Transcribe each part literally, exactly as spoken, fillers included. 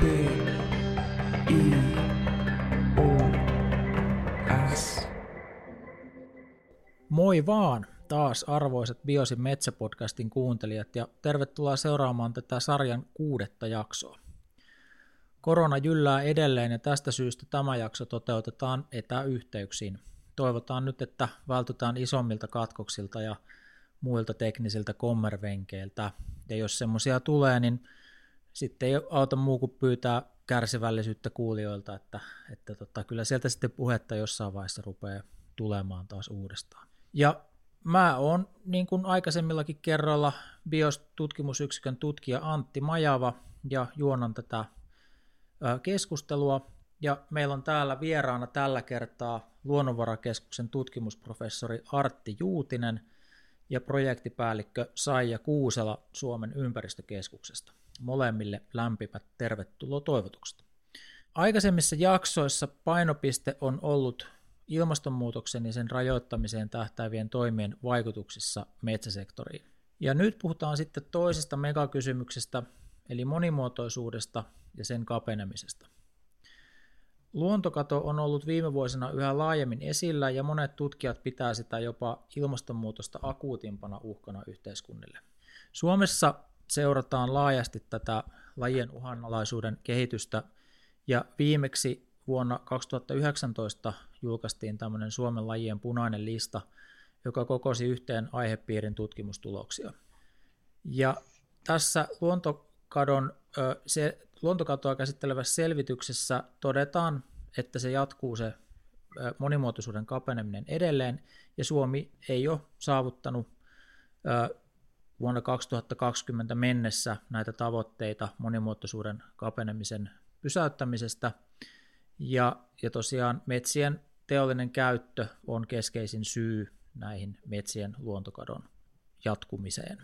B I O S. Moi vaan taas arvoisat Biosin metsäpodcastin kuuntelijat ja tervetuloa seuraamaan tätä sarjan kuudetta jaksoa. Korona jyllää edelleen ja tästä syystä tämä jakso toteutetaan etäyhteyksin. Toivotaan nyt, että vältytään isommilta katkoksilta ja muilta teknisiltä kommervenkeiltä. Ja jos semmoisia tulee, niin sitten ei auta muu kuin pyytää kärsivällisyyttä kuulijoilta, että, että tota, kyllä sieltä sitten puhetta jossain vaiheessa rupeaa tulemaan taas uudestaan. Ja mä oon niin kuin aikaisemmillakin kerroilla BIOS-tutkimusyksikön tutkija Antti Majava ja juonan tätä keskustelua. Ja meillä on täällä vieraana tällä kertaa Luonnonvarakeskuksen tutkimusprofessori Artti Juutinen ja projektipäällikkö Saija Kuusela Suomen ympäristökeskuksesta. Molemmille lämpimät tervetuloa toivotukset. Aikaisemmissa jaksoissa painopiste on ollut ilmastonmuutoksen ja sen rajoittamiseen tähtäävien toimien vaikutuksissa metsäsektoriin. Ja nyt puhutaan sitten toisesta megakysymyksestä, eli monimuotoisuudesta ja sen kapenemisesta. Luontokato on ollut viime vuosina yhä laajemmin esillä ja monet tutkijat pitää sitä jopa ilmastonmuutosta akuutimpana uhkana yhteiskunnille. Suomessa seurataan laajasti tätä lajien uhanalaisuuden kehitystä ja viimeksi vuonna kaksituhattayhdeksäntoista julkaistiin tämmöinen Suomen lajien punainen lista, joka kokosi yhteen aihepiirin tutkimustuloksia. Ja tässä luontokadon, se, luontokatoa käsittelevässä selvityksessä todetaan, että se jatkuu se monimuotoisuuden kapeneminen edelleen, ja Suomi ei ole saavuttanut vuonna kaksituhattakaksikymmentä mennessä näitä tavoitteita monimuotoisuuden kapenemisen pysäyttämisestä, ja, ja tosiaan metsien teollinen käyttö on keskeisin syy näihin metsien luontokadon jatkumiseen.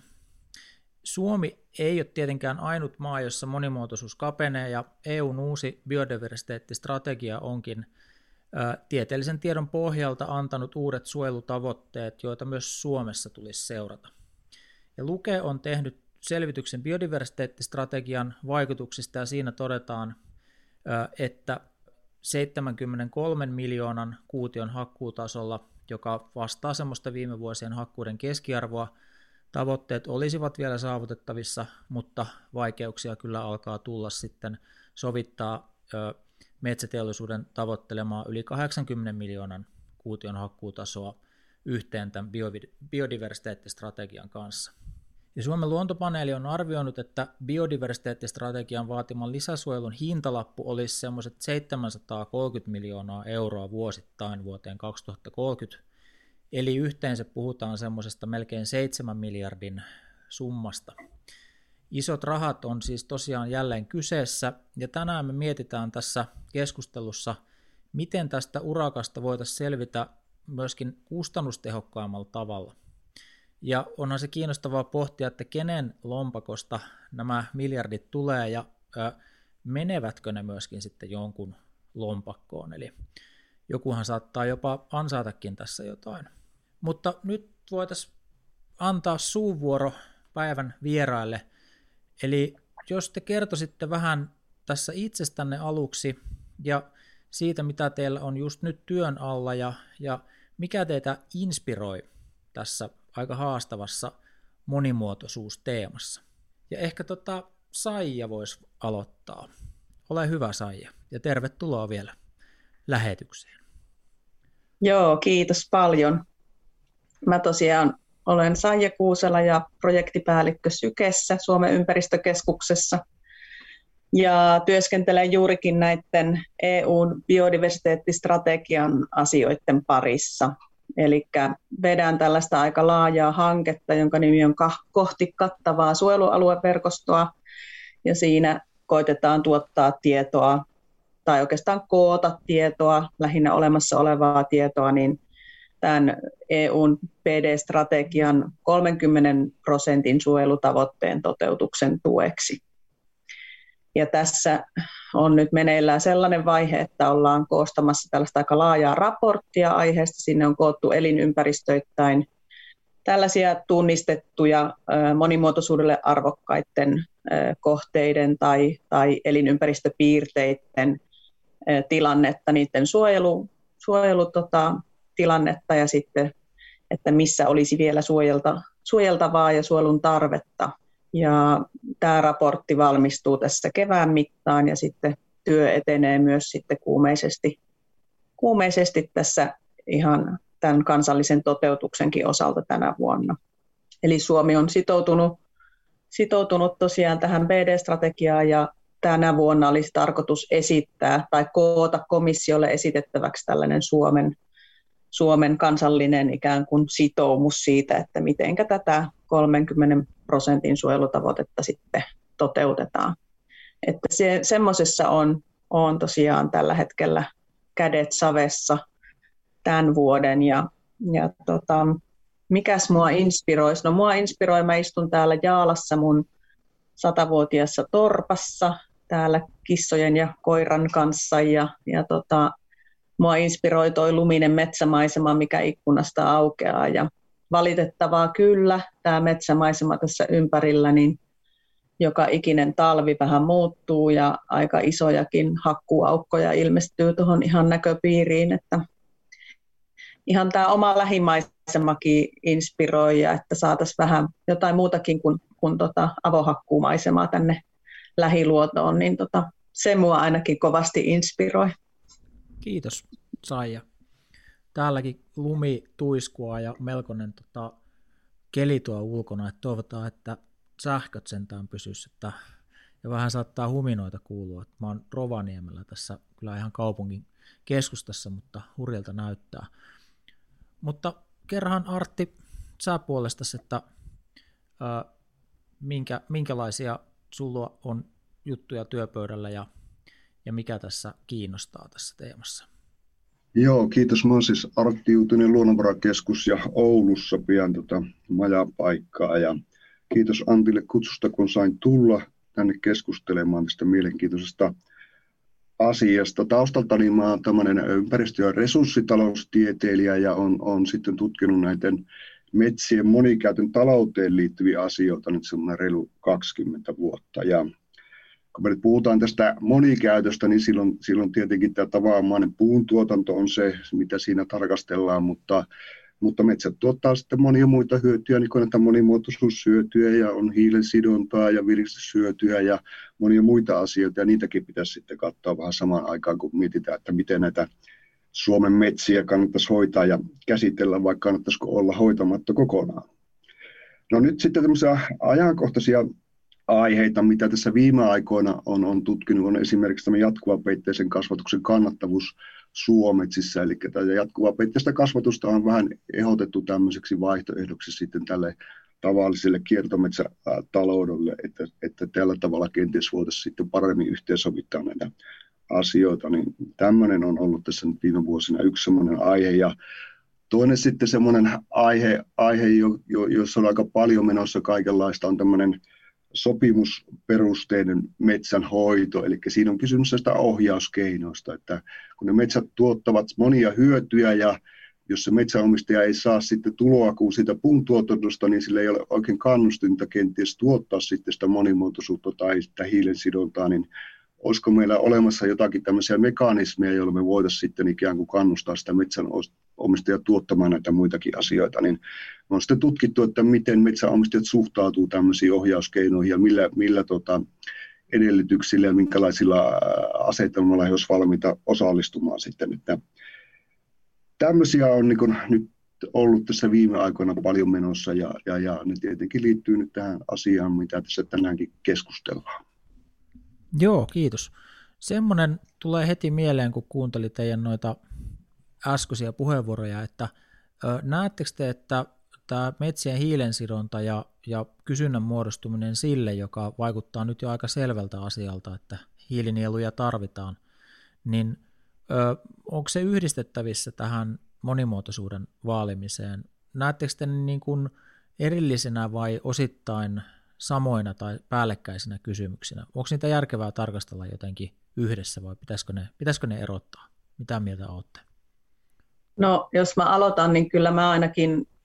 Suomi ei ole tietenkään ainut maa, jossa monimuotoisuus kapenee, ja E U:n uusi biodiversiteettistrategia onkin ä, tieteellisen tiedon pohjalta antanut uudet suojelutavoitteet, joita myös Suomessa tulisi seurata. Ja Luke on tehnyt selvityksen biodiversiteettistrategian vaikutuksista, ja siinä todetaan, ä, että seitsemänkymmentäkolme miljoonan kuution hakkuutasolla, joka vastaa semmoista viime vuosien hakkuuden keskiarvoa, tavoitteet olisivat vielä saavutettavissa, mutta vaikeuksia kyllä alkaa tulla sitten sovittaa ö, metsäteollisuuden tavoittelemaa yli kahdeksankymmenen miljoonan kuution hakkuutasoa yhteen tämän biodiversiteettistrategian kanssa. Ja Suomen luontopaneeli on arvioinut, että biodiversiteettistrategian vaatiman lisäsuojelun hintalappu olisi semmoiset seitsemänsataakolmekymmentä miljoonaa euroa vuosittain vuoteen kaksituhattakolmekymmentä, eli yhteensä puhutaan semmoisesta melkein seitsemän miljardin summasta. Isot rahat on siis tosiaan jälleen kyseessä, ja tänään me mietitään tässä keskustelussa, miten tästä urakasta voitaisiin selvitä myöskin kustannustehokkaammalla tavalla. Ja onhan se kiinnostavaa pohtia, että kenen lompakosta nämä miljardit tulee ja ö, menevätkö ne myöskin sitten jonkun lompakkoon. Eli jokuhan saattaa jopa ansaitakin tässä jotain. Mutta nyt voitaisiin antaa suunvuoro päivän vieraille. Eli jos te kertoisitte vähän tässä itsestänne aluksi ja siitä, mitä teillä on just nyt työn alla ja, ja mikä teitä inspiroi tässä aika haastavassa monimuotoisuusteemassa. Ja ehkä tota Saija voisi aloittaa. Ole hyvä, Saija, ja tervetuloa vielä lähetykseen. Joo, kiitos paljon. Mä tosiaan olen Saija Kuusela ja projektipäällikkö Sykessä Suomen ympäristökeskuksessa ja työskentelen juurikin näiden E U:n biodiversiteettistrategian asioiden parissa. Eli vedän tällaista aika laajaa hanketta, jonka nimi on kohti kattavaa suojelualueverkostoa, ja siinä koitetaan tuottaa tietoa tai oikeastaan koota tietoa, lähinnä olemassa olevaa tietoa, niin tämän E U:n P D-strategian kolmenkymmenen prosentin suojelutavoitteen toteutuksen tueksi. Ja tässä on nyt meneillään sellainen vaihe, että ollaan koostamassa tällaista aika laajaa raporttia aiheesta. Sinne on koottu elinympäristöittäin tällaisia tunnistettuja monimuotoisuudelle arvokkaiden kohteiden tai, tai elinympäristöpiirteiden tilannetta, niiden suojelu, suojelu tota, tilannetta ja sitten, että missä olisi vielä suojelta, suojeltavaa ja suojelun tarvetta. Ja tämä raportti valmistuu tässä kevään mittaan ja sitten työ etenee myös sitten kuumeisesti, kuumeisesti tässä ihan tämän kansallisen toteutuksenkin osalta tänä vuonna. Eli Suomi on sitoutunut, sitoutunut tosiaan tähän B D-strategiaan ja tänä vuonna olisi tarkoitus esittää tai koota komissiolle esitettäväksi tällainen Suomen, Suomen kansallinen ikään kuin sitoumus siitä, että miten tätä kolmenkymmenen prosentin suojelutavoitetta sitten toteutetaan. Että se, semmoisessa on, on tosiaan tällä hetkellä kädet savessa tämän vuoden ja, ja tota, mikäs mua inspiroisi? No mua inspiroi, mä istun täällä Jaalassa mun satavuotiaassa torpassa täällä kissojen ja koiran kanssa ja, ja tota, mua inspiroi toi luminen metsämaisema, mikä ikkunasta aukeaa ja valitettavaa kyllä tämä metsämaisema tässä ympärillä, niin joka ikinen talvi vähän muuttuu ja aika isojakin hakkuaukkoja ilmestyy tuohon ihan näköpiiriin, että ihan tämä oma lähimaisemakin inspiroi ja että saataisiin vähän jotain muutakin kuin, kuin tota avohakkuumaisemaa tänne lähiluotoon, niin tota, se mua ainakin kovasti inspiroi. Kiitos Saija. Täälläkin lumi tuiskua ja melkoinen tota, keli tuo ulkona, että toivotaan, että sähköt sentään pysyisi, että, ja vähän saattaa huminoita kuulua. Mä oon Rovaniemellä tässä kyllä ihan kaupungin keskustassa, mutta hurjalta näyttää. Mutta kerran Artti, sä puolestasi, että ää, minkä, minkälaisia sulla on juttuja työpöydällä ja, ja mikä tässä kiinnostaa tässä teemassa? Joo, kiitos. Mä oon siis Artti Juutinen, Luonnonvarakeskus ja Oulussa pian tota majapaikkaa ja kiitos Antille kutsusta, kun sain tulla tänne keskustelemaan tästä mielenkiintoisesta asiasta. Taustaltani mä oon tämmöinen ympäristö- ja resurssitaloustieteilijä ja on, on sitten tutkinut näiden metsien monikäytön talouteen liittyviä asioita nyt semmoinen reilu kaksikymmentä vuotta. Ja kun me nyt puhutaan tästä monikäytöstä, niin silloin, silloin tietenkin tämä tavanomainen puuntuotanto on se, mitä siinä tarkastellaan, mutta Mutta metsät tuottaa sitten monia muita hyötyjä, niin kuin näitä monimuotoisuushyötyjä ja on hiilen sidontaa ja virkistyshyötyjä ja monia muita asioita. Ja niitäkin pitäisi sitten katsoa vähän samaan aikaan, kun mietitään, että miten näitä Suomen metsiä kannattaisi hoitaa ja käsitellä, vai kannattaisiko olla hoitamatta kokonaan. No nyt sitten tämmöisiä ajankohtaisia aiheita, mitä tässä viime aikoina on, on tutkinut, on esimerkiksi tämä jatkuvapeitteisen kasvatuksen kannattavuus suometsissä, eli tätä jatkuvapeitteistä kasvatusta on vähän ehdotettu tämmöiseksi vaihtoehdoksi sitten tälle tavalliselle kiertometsätaloudelle, että, että tällä tavalla kenties voitaisiin sitten paremmin yhteensovittaa näitä asioita, niin tämmöinen on ollut tässä nyt viime vuosina yksi semmoinen aihe, ja toinen sitten semmoinen aihe, aihe jo, jo, jossa on aika paljon menossa kaikenlaista, on tämmöinen sopimusperusteinen metsänhoito, eli siinä on kysymys sitä ohjauskeinoista, että kun ne metsät tuottavat monia hyötyjä ja jos se metsänomistaja ei saa sitten tuloa kuin siitä puun tuotannosta, niin sillä ei ole oikein kannustinta kenties tuottaa sitten sitä monimuotoisuutta tai sitä hiilen sidontaa, niin olisiko meillä olemassa jotakin tämmöisiä mekanismeja, joilla me voitaisiin sitten ikään kuin kannustaa sitä metsänomistajaa tuottamaan näitä muitakin asioita, niin on sitten tutkittu, että miten metsänomistajat suhtautuu tämmöisiin ohjauskeinoihin ja millä, millä tota, edellytyksillä ja minkälaisilla asetelmalla he olisivat valmiita osallistumaan sitten. Että tämmöisiä on niin kuin nyt ollut tässä viime aikoina paljon menossa ja, ja, ja ne tietenkin liittyy nyt tähän asiaan, mitä tässä tänäänkin keskustellaan. Joo, kiitos. Semmoinen tulee heti mieleen, kun kuuntelin teidän noita äskeisiä puheenvuoroja, että ö, näettekö te, että tämä metsien hiilensidonta ja, ja kysynnän muodostuminen sille, joka vaikuttaa nyt jo aika selvältä asialta, että hiilinieluja tarvitaan, niin ö, onko se yhdistettävissä tähän monimuotoisuuden vaalimiseen? Näettekö te niin kuin erillisenä vai osittain samoina tai päällekkäisinä kysymyksinä? Onko niitä järkevää tarkastella jotenkin yhdessä vai pitäisikö ne, pitäisikö ne erottaa? Mitä mieltä olette? No jos mä aloitan, niin kyllä mä ainakin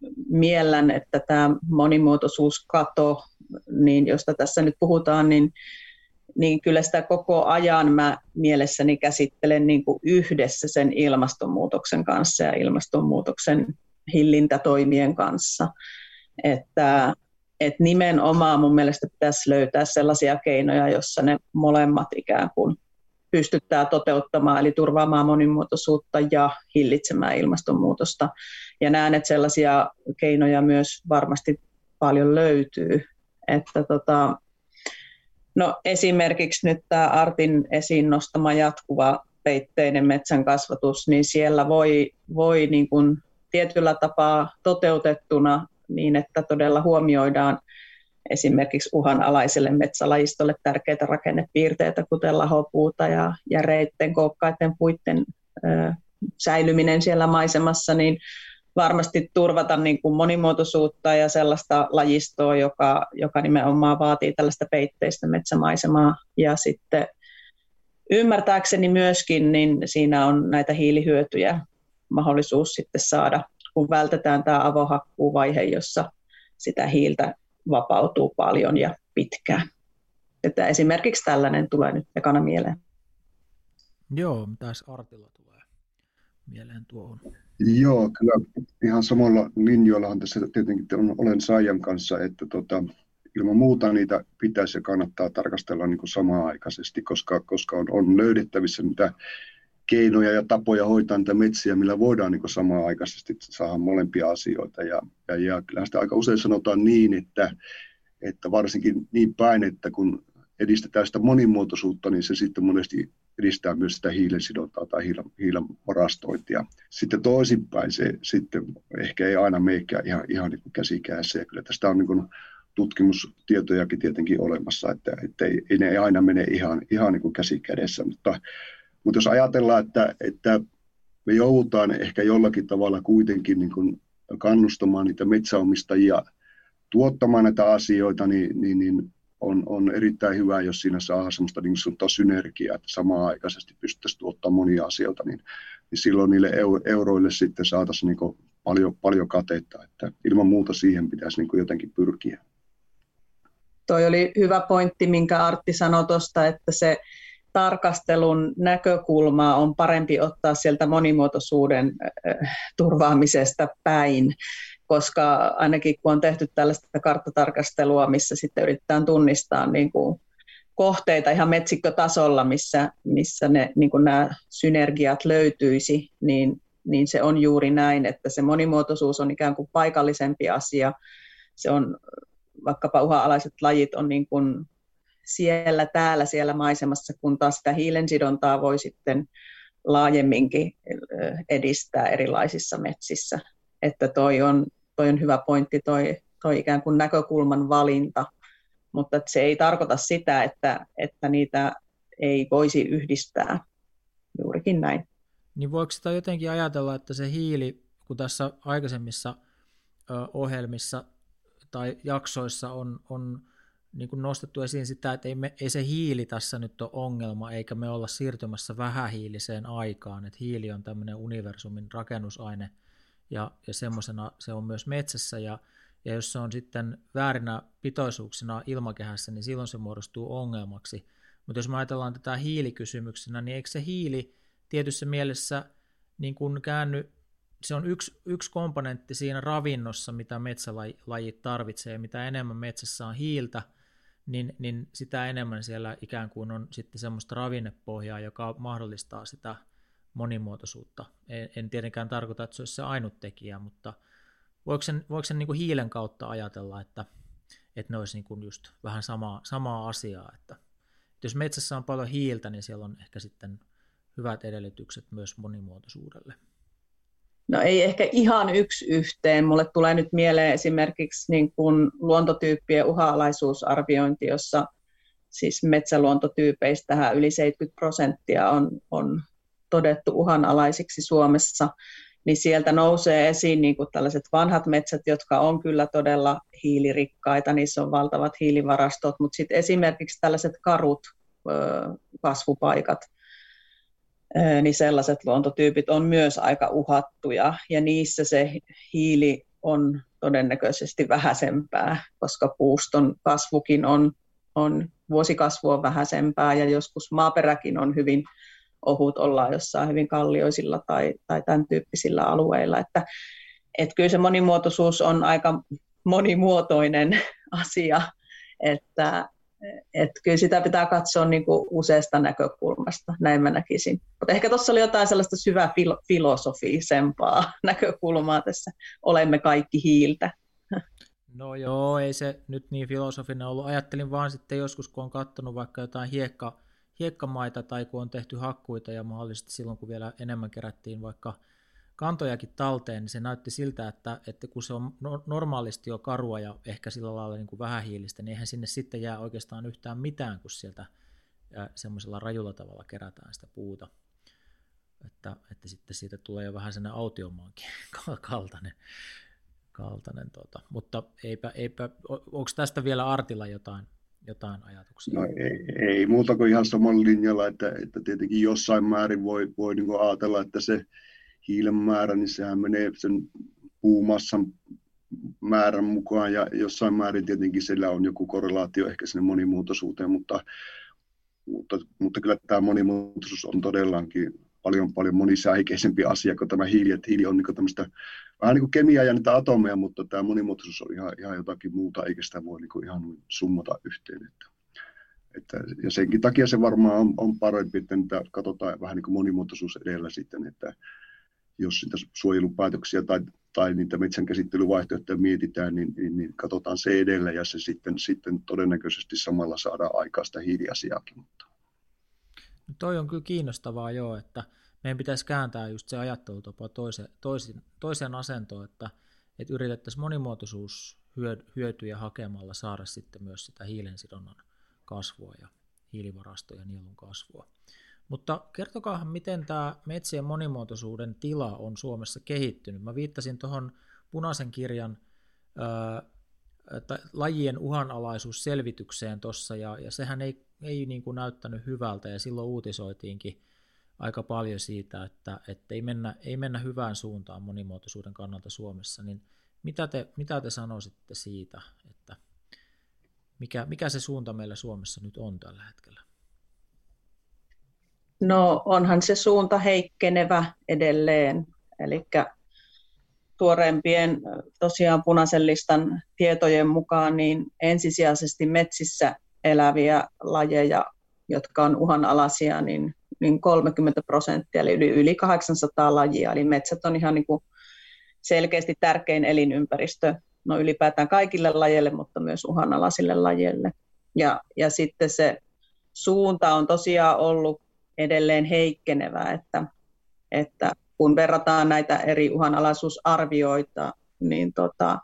miellän, että tämä monimuotoisuuskato, niin josta tässä nyt puhutaan, niin, niin kyllä sitä koko ajan mä mielessäni käsittelen niin kuin yhdessä sen ilmastonmuutoksen kanssa ja ilmastonmuutoksen hillintätoimien kanssa. Että, että nimenomaan mun mielestä pitäisi löytää sellaisia keinoja, joissa ne molemmat ikään kuin pystyttää toteuttamaan, eli turvaamaan monimuotoisuutta ja hillitsemään ilmastonmuutosta. Ja näen, että sellaisia keinoja myös varmasti paljon löytyy. Että tota, no esimerkiksi nyt tämä Artin esiin nostama jatkuva peitteinen metsän kasvatus, niin siellä voi, voi niin kuin tietyllä tapaa toteutettuna niin, että todella huomioidaan esimerkiksi uhanalaiselle metsälajistolle tärkeitä rakennepiirteitä, kuten lahopuuta ja järeitten, kookkaiden puitten ö, säilyminen siellä maisemassa, niin varmasti turvata niin kuin monimuotoisuutta ja sellaista lajistoa, joka, joka nimenomaan vaatii tällaista peitteistä metsämaisemaa. Ja sitten ymmärtääkseni myöskin, niin siinä on näitä hiilihyötyjä mahdollisuus sitten saada, kun vältetään tämä avohakkuuvaihe, jossa sitä hiiltä vapautuu paljon ja pitkään. Että esimerkiksi tällainen tulee nyt ekana mieleen. Joo, mitäs Artilla tulee mieleen tuohon? Joo, kyllä ihan samalla linjoillahan tässä tietenkin olen Saijan kanssa, että tota, ilman muuta niitä pitäisi ja kannattaa tarkastella niin kuin samanaikaisesti, koska, koska on, on löydettävissä niitä keinoja ja tapoja hoitaa niitä metsiä, millä voidaan niin kuin samanaikaisesti saada molempia asioita. Ja, ja, ja kyllähän sitä aika usein sanotaan niin, että, että varsinkin niin päin, että kun edistetään sitä monimuotoisuutta, niin se sitten monesti edistää myös sitä hiilensidontaa tai hiilen, hiilen varastointia. Sitten toisinpäin se sitten ehkä ei aina meikään ihan, ihan niin kuin käsikädessä. Ja kyllä tästä on niin kuin tutkimustietojakin tietenkin olemassa, että, että ei, ei ne aina mene ihan, ihan niin kuin käsikädessä. Mutta, mutta jos ajatellaan, että, että me joudutaan ehkä jollakin tavalla kuitenkin niin kuin kannustamaan niitä metsäomistajia tuottamaan näitä asioita, niin, niin, niin On, on erittäin hyvä, jos siinä saa semmoista niin sanottua synergiaa, että samaan aikaisesti pystyttäisiin tuottamaan monia asioita, niin, niin silloin niille euroille sitten saataisiin niin paljon, paljon katetta, että ilman muuta siihen pitäisi niin jotenkin pyrkiä. Toi oli hyvä pointti, minkä Artti sanoi tuosta, että se tarkastelun näkökulma on parempi ottaa sieltä monimuotoisuuden turvaamisesta päin, koska ainakin kun on tehty tällaista karttatarkastelua, missä sitten yritetään tunnistaa niin kuin kohteita ihan metsikkötasolla, missä, missä ne, niin kuin nämä synergiat löytyisi, niin, niin se on juuri näin, että se monimuotoisuus on ikään kuin paikallisempi asia. Se on, vaikkapa uhanalaiset lajit on niin kuin siellä täällä siellä maisemassa, kun taas sitä hiilensidontaa voi sitten laajemminkin edistää erilaisissa metsissä. Että toi on, toi on hyvä pointti, toi, toi ikään kuin näkökulman valinta, mutta se ei tarkoita sitä, että, että niitä ei voisi yhdistää. Juurikin näin. Niin voiko sitä jotenkin ajatella, että se hiili, kun tässä aikaisemmissa ö, ohjelmissa tai jaksoissa on, on niin kuin nostettu esiin sitä, että ei, me, ei se hiili tässä nyt ole ongelma, eikä me olla siirtymässä vähähiiliseen aikaan, että hiili on tämmöinen universumin rakennusaine, ja, ja semmoisena se on myös metsässä, ja, ja jos se on sitten väärinä pitoisuuksina ilmakehässä, niin silloin se muodostuu ongelmaksi. Mutta jos me ajatellaan tätä hiilikysymyksenä, niin eikö se hiili tietyssä mielessä niin kun käänny, se on yksi, yksi komponentti siinä ravinnossa, mitä metsälajit tarvitsee, ja mitä enemmän metsässä on hiiltä, niin, niin sitä enemmän siellä ikään kuin on sitten semmoista ravinnepohjaa, joka mahdollistaa sitä monimuotoisuutta. En, en tietenkään tarkoita, että se olisi se ainut tekijä, mutta voiko sen, voiko sen niin kuin hiilen kautta ajatella, että, että ne olisi niin kuin just vähän samaa, samaa asiaa, että, että jos metsässä on paljon hiiltä, niin siellä on ehkä sitten hyvät edellytykset myös monimuotoisuudelle. No ei ehkä ihan yksi yhteen. Mulle tulee nyt mieleen esimerkiksi niin kuin luontotyyppien uhanalaisuusarviointi, jossa siis metsäluontotyypeistä yli seitsemänkymmentä prosenttia on, on todettu uhanalaisiksi Suomessa, niin sieltä nousee esiin niin kuin tällaiset vanhat metsät, jotka on kyllä todella hiilirikkaita, niissä on valtavat hiilivarastot, mutta sitten esimerkiksi tällaiset karut ö, kasvupaikat, niin sellaiset luontotyypit on myös aika uhattuja, ja niissä se hiili on todennäköisesti vähäisempää, koska puuston kasvukin on, on vuosikasvu on vähäisempää ja joskus maaperäkin on hyvin ohut, ollaan jossain hyvin kallioisilla tai, tai tämän tyyppisillä alueilla. Että, että kyllä se monimuotoisuus on aika monimuotoinen asia, että, että kyllä sitä pitää katsoa niin kuin useasta näkökulmasta, näin mä näkisin. Mutta ehkä tuossa oli jotain sellaista syvää filo- filosofisempaa näkökulmaa tässä, olemme kaikki hiiltä. No joo, ei se nyt niin filosofinen ollut. Ajattelin vaan sitten joskus, kun on katsonut vaikka jotain hiekka, hiekkamaita tai kun on tehty hakkuita ja mahdollisesti silloin, kun vielä enemmän kerättiin vaikka kantojakin talteen, niin se näytti siltä, että, että kun se on normaalisti jo karua ja ehkä sillä lailla niin kuin vähähiilistä, niin eihän sinne sitten jää oikeastaan yhtään mitään, kun sieltä semmoisella rajulla tavalla kerätään sitä puuta. Että, että sitten siitä tulee jo vähän sellainen autiomaankin kaltainen. kaltainen tota. Mutta eipä, eipä, onko tästä vielä Artilla jotain, jotain ajatuksia? No ei, ei muuta kuin ihan samalla linjalla, että, että tietenkin jossain määrin voi, voi niin kuin ajatella, että se hiilen määrä, niin sehän menee sen puumassan määrän mukaan ja jossain määrin tietenkin sillä on joku korrelaatio ehkä sinne monimuotoisuuteen, mutta, mutta, mutta kyllä tämä monimuotoisuus on todellakin paljon, paljon monisäikeisempi asia kuin tämä hiili, että hiili on niin kuin tämmöistä vähän niin kuin kemiaa ja niitä atomeja, mutta tämä monimuotoisuus on ihan, ihan jotakin muuta, eikä sitä voi niin kuin ihan summata yhteen. Että, että, ja senkin takia se varmaan on, on parempi, että niitä katsotaan vähän niin kuin monimuotoisuus edellä sitten, että jos niitä suojelupäätöksiä tai, tai niitä metsänkäsittelyvaihtoehtoja mietitään, niin, niin, niin katsotaan se edellä ja se sitten, sitten todennäköisesti samalla saadaan aikaa sitä hiiliasiaakin. Mutta. No toi on kyllä kiinnostavaa joo, että meidän pitäisi kääntää just se ajattelutapa toiseen, toiseen, toiseen asentoon, että, että yritettäisiin monimuotoisuushyötyjä hakemalla saada sitten myös sitä hiilensidonnan kasvua ja hiilivarastoja nielun kasvua. Mutta kertokaahan, miten tämä metsien monimuotoisuuden tila on Suomessa kehittynyt. Mä viittasin tuohon punaisen kirjan ää, lajien uhanalaisuusselvitykseen tuossa, ja, ja sehän ei, ei niin kuin näyttänyt hyvältä, ja silloin uutisoitiinkin aika paljon siitä, että, että ei, mennä, ei mennä hyvään suuntaan monimuotoisuuden kannalta Suomessa. Niin mitä te, mitä te sanoisitte siitä, että mikä, mikä se suunta meillä Suomessa nyt on tällä hetkellä? No onhan se suunta heikkenevä edelleen, eli tuoreempien tosiaan punaisen listan tietojen mukaan niin ensisijaisesti metsissä eläviä lajeja, jotka on uhanalaisia, niin, niin kolmekymmentä prosenttia, eli yli, yli kahdeksansataa lajia, eli metsät on ihan niin kuin selkeästi tärkein elinympäristö, no ylipäätään kaikille lajeille, mutta myös uhanalaisille lajeille. Ja, ja sitten se suunta on tosiaan ollut edelleen heikkenevä, että, että kun verrataan näitä eri uhanalaisuusarvioita, niin tota,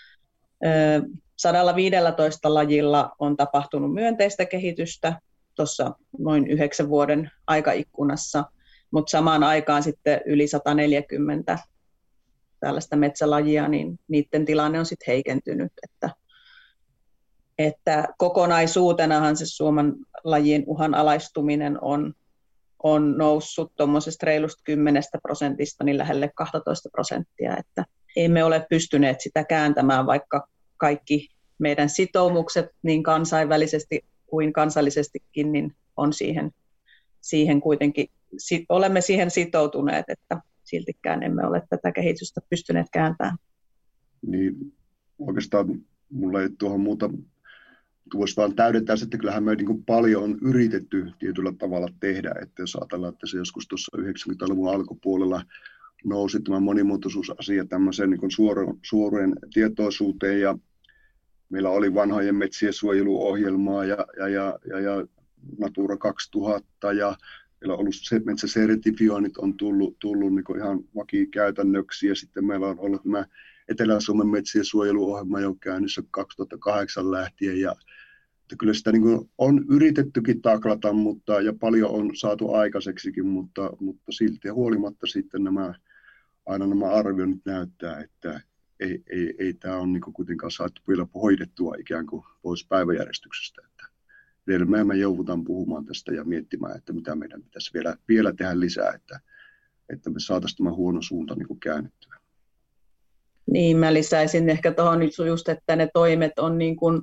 sata viisitoista lajilla on tapahtunut myönteistä kehitystä tuossa noin yhdeksän vuoden aikaikkunassa, mutta samaan aikaan sitten yli sata neljäkymmentä tällaista metsälajia, niin niiden tilanne on sitten heikentynyt, että että kokonaisuutenahan se Suomen lajien uhanalaistuminen on on noussut tuommoisesta reilusta kymmenestä prosentista niin lähelle kaksitoista prosenttia, että emme ole pystyneet sitä kääntämään, vaikka kaikki meidän sitoumukset niin kansainvälisesti kuin kansallisestikin niin on siihen, siihen kuitenkin, olemme siihen sitoutuneet, että siltikään emme ole tätä kehitystä pystyneet kääntämään. Niin, oikeastaan minulla ei tuohon muuta. Voisi vaan täydentää, että kyllähän me niin kuin paljon on yritetty tietyllä tavalla tehdä, että jos ajatellaan, että se joskus tuossa yhdeksänkymmentäluvun alkupuolella nousi tämä monimuotoisuusasia tämmöiseen niin kuin suoraan, suoreen tietoisuuteen ja meillä oli vanhojen metsien suojeluohjelmaa ja, ja, ja, ja, ja Natura kaksituhatta ja meillä on ollut se, metsäsertifioinnit on tullut, tullut niin kuin ihan vakikäytännöksi ja sitten meillä on ollut tämä Etelä-Suomen metsien suojeluohjelma jo käynnissä kaksituhattakahdeksan lähtien ja kyllä sitä niin kuin on yritettykin taklata, mutta, ja paljon on saatu aikaiseksikin, mutta, mutta silti ja huolimatta sitten nämä, aina nämä arvioinnit näyttää, että ei, ei, ei tämä ole niin kuin kuitenkaan saatu vielä hoidettua ikään kuin pois päiväjärjestyksestä. Että edelleen me joudutaan puhumaan tästä ja miettimään, että mitä meidän pitäisi vielä, vielä tehdä lisää, että, että me saataisiin tämä huono suunta niin kuin käännettyä. Niin, mä lisäisin ehkä tuohon nyt just, että ne toimet on niin kuin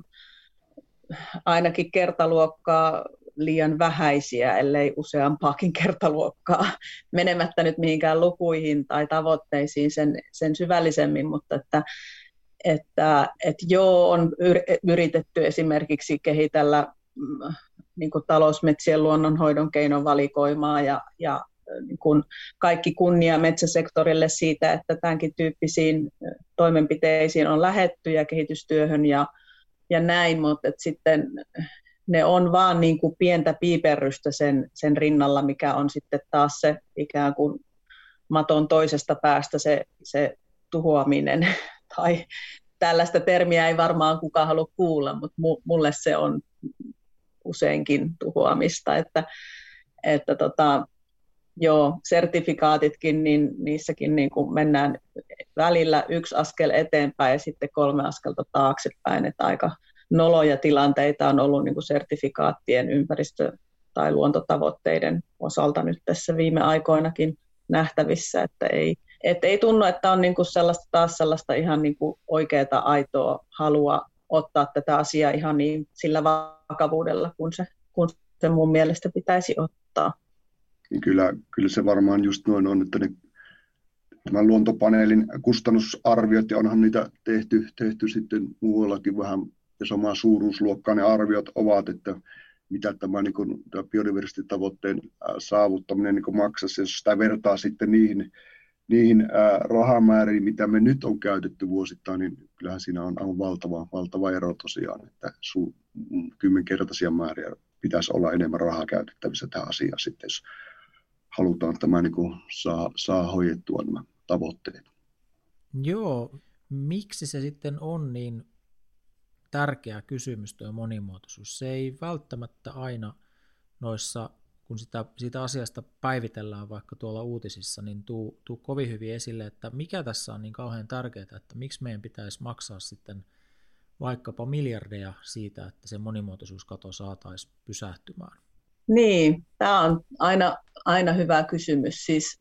ainakin kertaluokkaa liian vähäisiä, ellei useampaakin kertaluokkaa, menemättä nyt mihinkään lukuihin tai tavoitteisiin sen, sen syvällisemmin, mutta että, että, että joo, on yritetty esimerkiksi kehitellä niin kuin talousmetsien luonnonhoidon keinovalikoimaa ja, ja niin kuin kaikki kunnia metsäsektorille siitä, että tämänkin tyyppisiin toimenpiteisiin on lähdetty ja kehitystyöhön ja, ja näin, mutta että sitten ne on vaan niin kuin pientä piiperrystä sen, sen rinnalla, mikä on sitten taas se ikään kuin maton toisesta päästä se, se tuhoaminen. Tai tällaista termiä ei varmaan kukaan halua kuulla, mutta mulle se on useinkin tuhoamista. Että, että tota, joo, sertifikaatitkin, niin niissäkin niin kuin mennään välillä yksi askel eteenpäin ja sitten kolme askelta taaksepäin. Että aika noloja tilanteita on ollut niin kuin sertifikaattien ympäristö- tai luontotavoitteiden osalta nyt tässä viime aikoinakin nähtävissä, että ei, et ei tunnu, että on niin kuin sellaista, taas sellaista ihan niin kuin oikeaa aitoa halua ottaa tätä asiaa ihan niin sillä vakavuudella, kun se, kun se mun mielestä pitäisi ottaa. Kyllä, kyllä se varmaan just noin on, että ne, tämän luontopaneelin kustannusarviot, ja onhan niitä tehty, tehty sitten muuallakin vähän, ja samaa suuruusluokkaa ne arviot ovat, että mitä tämä, niin kuin, tämä biodiversiteettitavoitteen saavuttaminen niin maksaisi, jos sitä vertaa sitten niihin, niihin ää, rahamääriin, mitä me nyt on käytetty vuosittain, niin kyllähän siinä on aivan valtava, valtava ero tosiaan, että su, kymmenkertaisia määriä pitäisi olla enemmän rahaa käytettävissä tähän asiaan sitten, jos halutaan tämä niin kuin saa, saa hoidettua nämä tavoitteet. Joo, miksi se sitten on niin tärkeä kysymys tuo monimuotoisuus? Se ei välttämättä aina noissa, kun sitä, siitä asiasta päivitellään vaikka tuolla uutisissa, niin tuu, tuu kovin hyvin esille, että mikä tässä on niin kauhean tärkeää, että miksi meidän pitäisi maksaa sitten vaikkapa miljardeja siitä, että se monimuotoisuuskato saataisiin pysähtymään. Niin, tämä on aina, aina hyvä kysymys. Siis,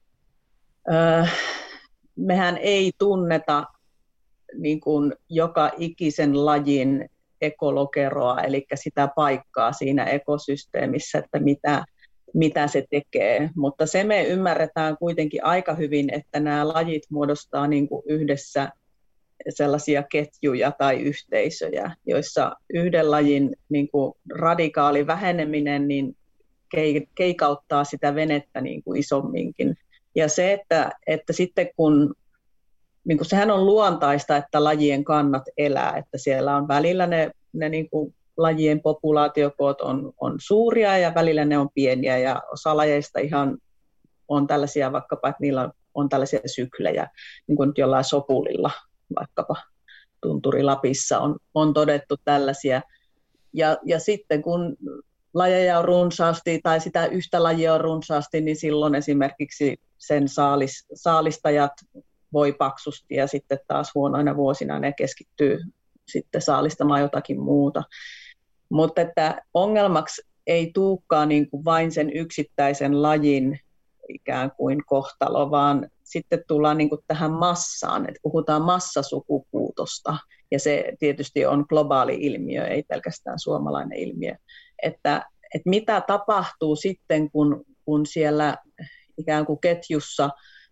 äh, mehän ei tunneta niin kuin joka ikisen lajin ekolokeroa, eli sitä paikkaa siinä ekosysteemissä, että mitä, mitä se tekee. Mutta se me ymmärretään kuitenkin aika hyvin, että nämä lajit muodostaa niin kuin yhdessä sellaisia ketjuja tai yhteisöjä, joissa yhden lajin niin kuin radikaali väheneminen niin keikauttaa sitä venettä niin kuin isomminkin. Ja se, että, että sitten kun, niin kuin sehän on luontaista, että lajien kannat elää, että siellä on välillä ne, ne niin kuin lajien populaatiokoot on, on suuria ja välillä ne on pieniä ja osa lajeista ihan on tällaisia vaikkapa, että niillä on tällaisia syklejä, niin kuin nyt jollain sopulilla. Vaikkapa Tunturi Lapissa on, on todettu tällaisia. Ja, ja sitten kun lajeja on runsaasti tai sitä yhtä lajia on runsaasti, niin silloin esimerkiksi sen saalis, saalistajat voi paksusti ja sitten taas huonoina vuosina ne keskittyy sitten saalistamaan jotakin muuta. Mutta että ongelmaksi ei tulekaan niin kuin vain sen yksittäisen lajin ikään kuin kohtalo, vaan sitten tullaan niin kuin tähän massaan, että puhutaan massasukupuutosta, ja se tietysti on globaali ilmiö, ei pelkästään suomalainen ilmiö, että, että mitä tapahtuu sitten, kun, kun siellä ikään kuin ketjussa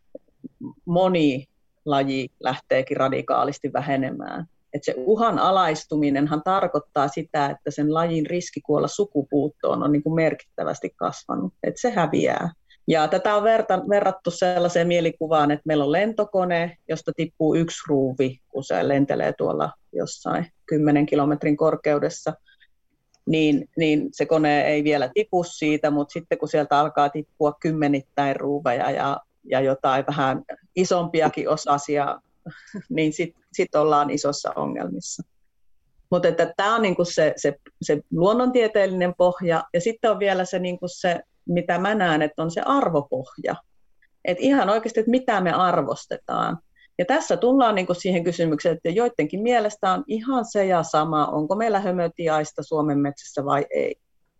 moni laji lähteekin radikaalisti vähenemään. Että se uhanalaistuminenhan tarkoittaa sitä, että sen lajin riski kuolla sukupuuttoon on niin kuin merkittävästi kasvanut, että se häviää. Ja tätä on verrattu sellaiseen mielikuvaan, että meillä on lentokone, josta tippuu yksi ruuvi, kun se lentelee tuolla jossain kymmenen kilometrin korkeudessa. Niin, niin se kone ei vielä tipu siitä, mutta sitten kun sieltä alkaa tippua kymmenittäin ruuveja ja, ja jotain vähän isompiakin osasia, niin sitten sit ollaan isossa ongelmissa. Mutta tämä on niinku se, se, se luonnontieteellinen pohja, ja sitten on vielä se, niinku se mitä mä näen, että on se arvopohja. Että ihan oikeasti, että mitä me arvostetaan. Ja tässä tullaan niinku siihen kysymykseen, että joidenkin mielestä on ihan se ja sama, onko meillä hömötiaista Suomen metsässä vai ei.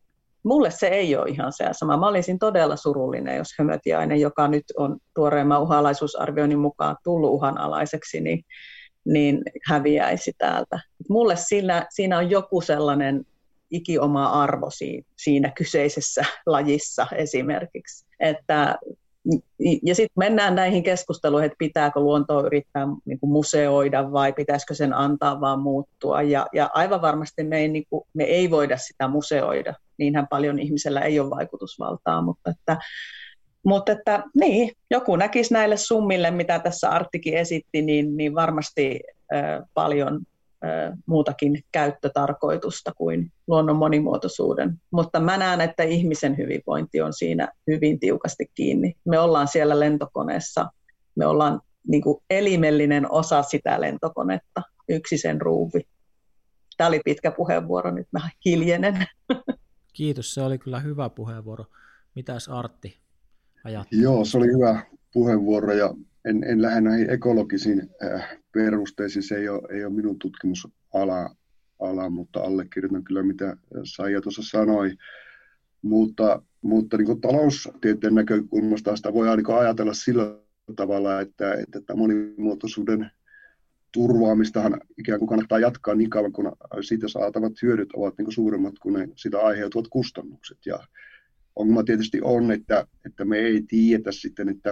mulle se ei ole ihan se sama. Mä olisin todella surullinen, jos hömötiainen, joka nyt on tuoreemman uhanalaisuusarvioinnin mukaan tullut uhanalaiseksi, niin, niin häviäisi täältä. Mulle siinä, siinä on joku sellainen ikioma arvo siinä, siinä kyseisessä lajissa esimerkiksi. Että, ja sitten mennään näihin keskusteluihin, että pitääkö luontoa yrittää niin kuin museoida vai pitäisikö sen antaa vaan muuttua. Ja, ja aivan varmasti me ei, niin kuin, me ei voida sitä museoida. Niinhän paljon ihmisellä ei ole vaikutusvaltaa, mutta että, mutta että niin, joku näkisi näille summille, mitä tässä Arttikin esitti, niin, niin varmasti äh, paljon muutakin käyttötarkoitusta kuin luonnon monimuotoisuuden. Mutta mä näen, että ihmisen hyvinvointi on siinä hyvin tiukasti kiinni. Me ollaan siellä lentokoneessa, me ollaan niin kuin elimellinen osa sitä lentokonetta, yksi sen ruuvi. Tämä oli pitkä puheenvuoro, nyt mä hiljenen. Kiitos, se oli kyllä hyvä puheenvuoro. Mitäs Artti ajattelee? Joo, se oli hyvä puheenvuoro ja en, en lähde näihin ekologisiin äh, perusteisiin, se ei ole, ei ole minun tutkimusala, ala, mutta allekirjoitan kyllä mitä Saija tuossa sanoi. Mutta, mutta niin kuin taloustieteen näkökulmasta sitä voidaan niin ajatella sillä tavalla, että, että monimuotoisuuden turvaamistahan ikään kuin kannattaa jatkaa niin kauan, kun siitä saatavat hyödyt ovat niin kuin suuremmat kuin ne sitä aiheutuvat kustannukset. Ja ongelma tietysti on, että, että me ei tiedetä sitten, että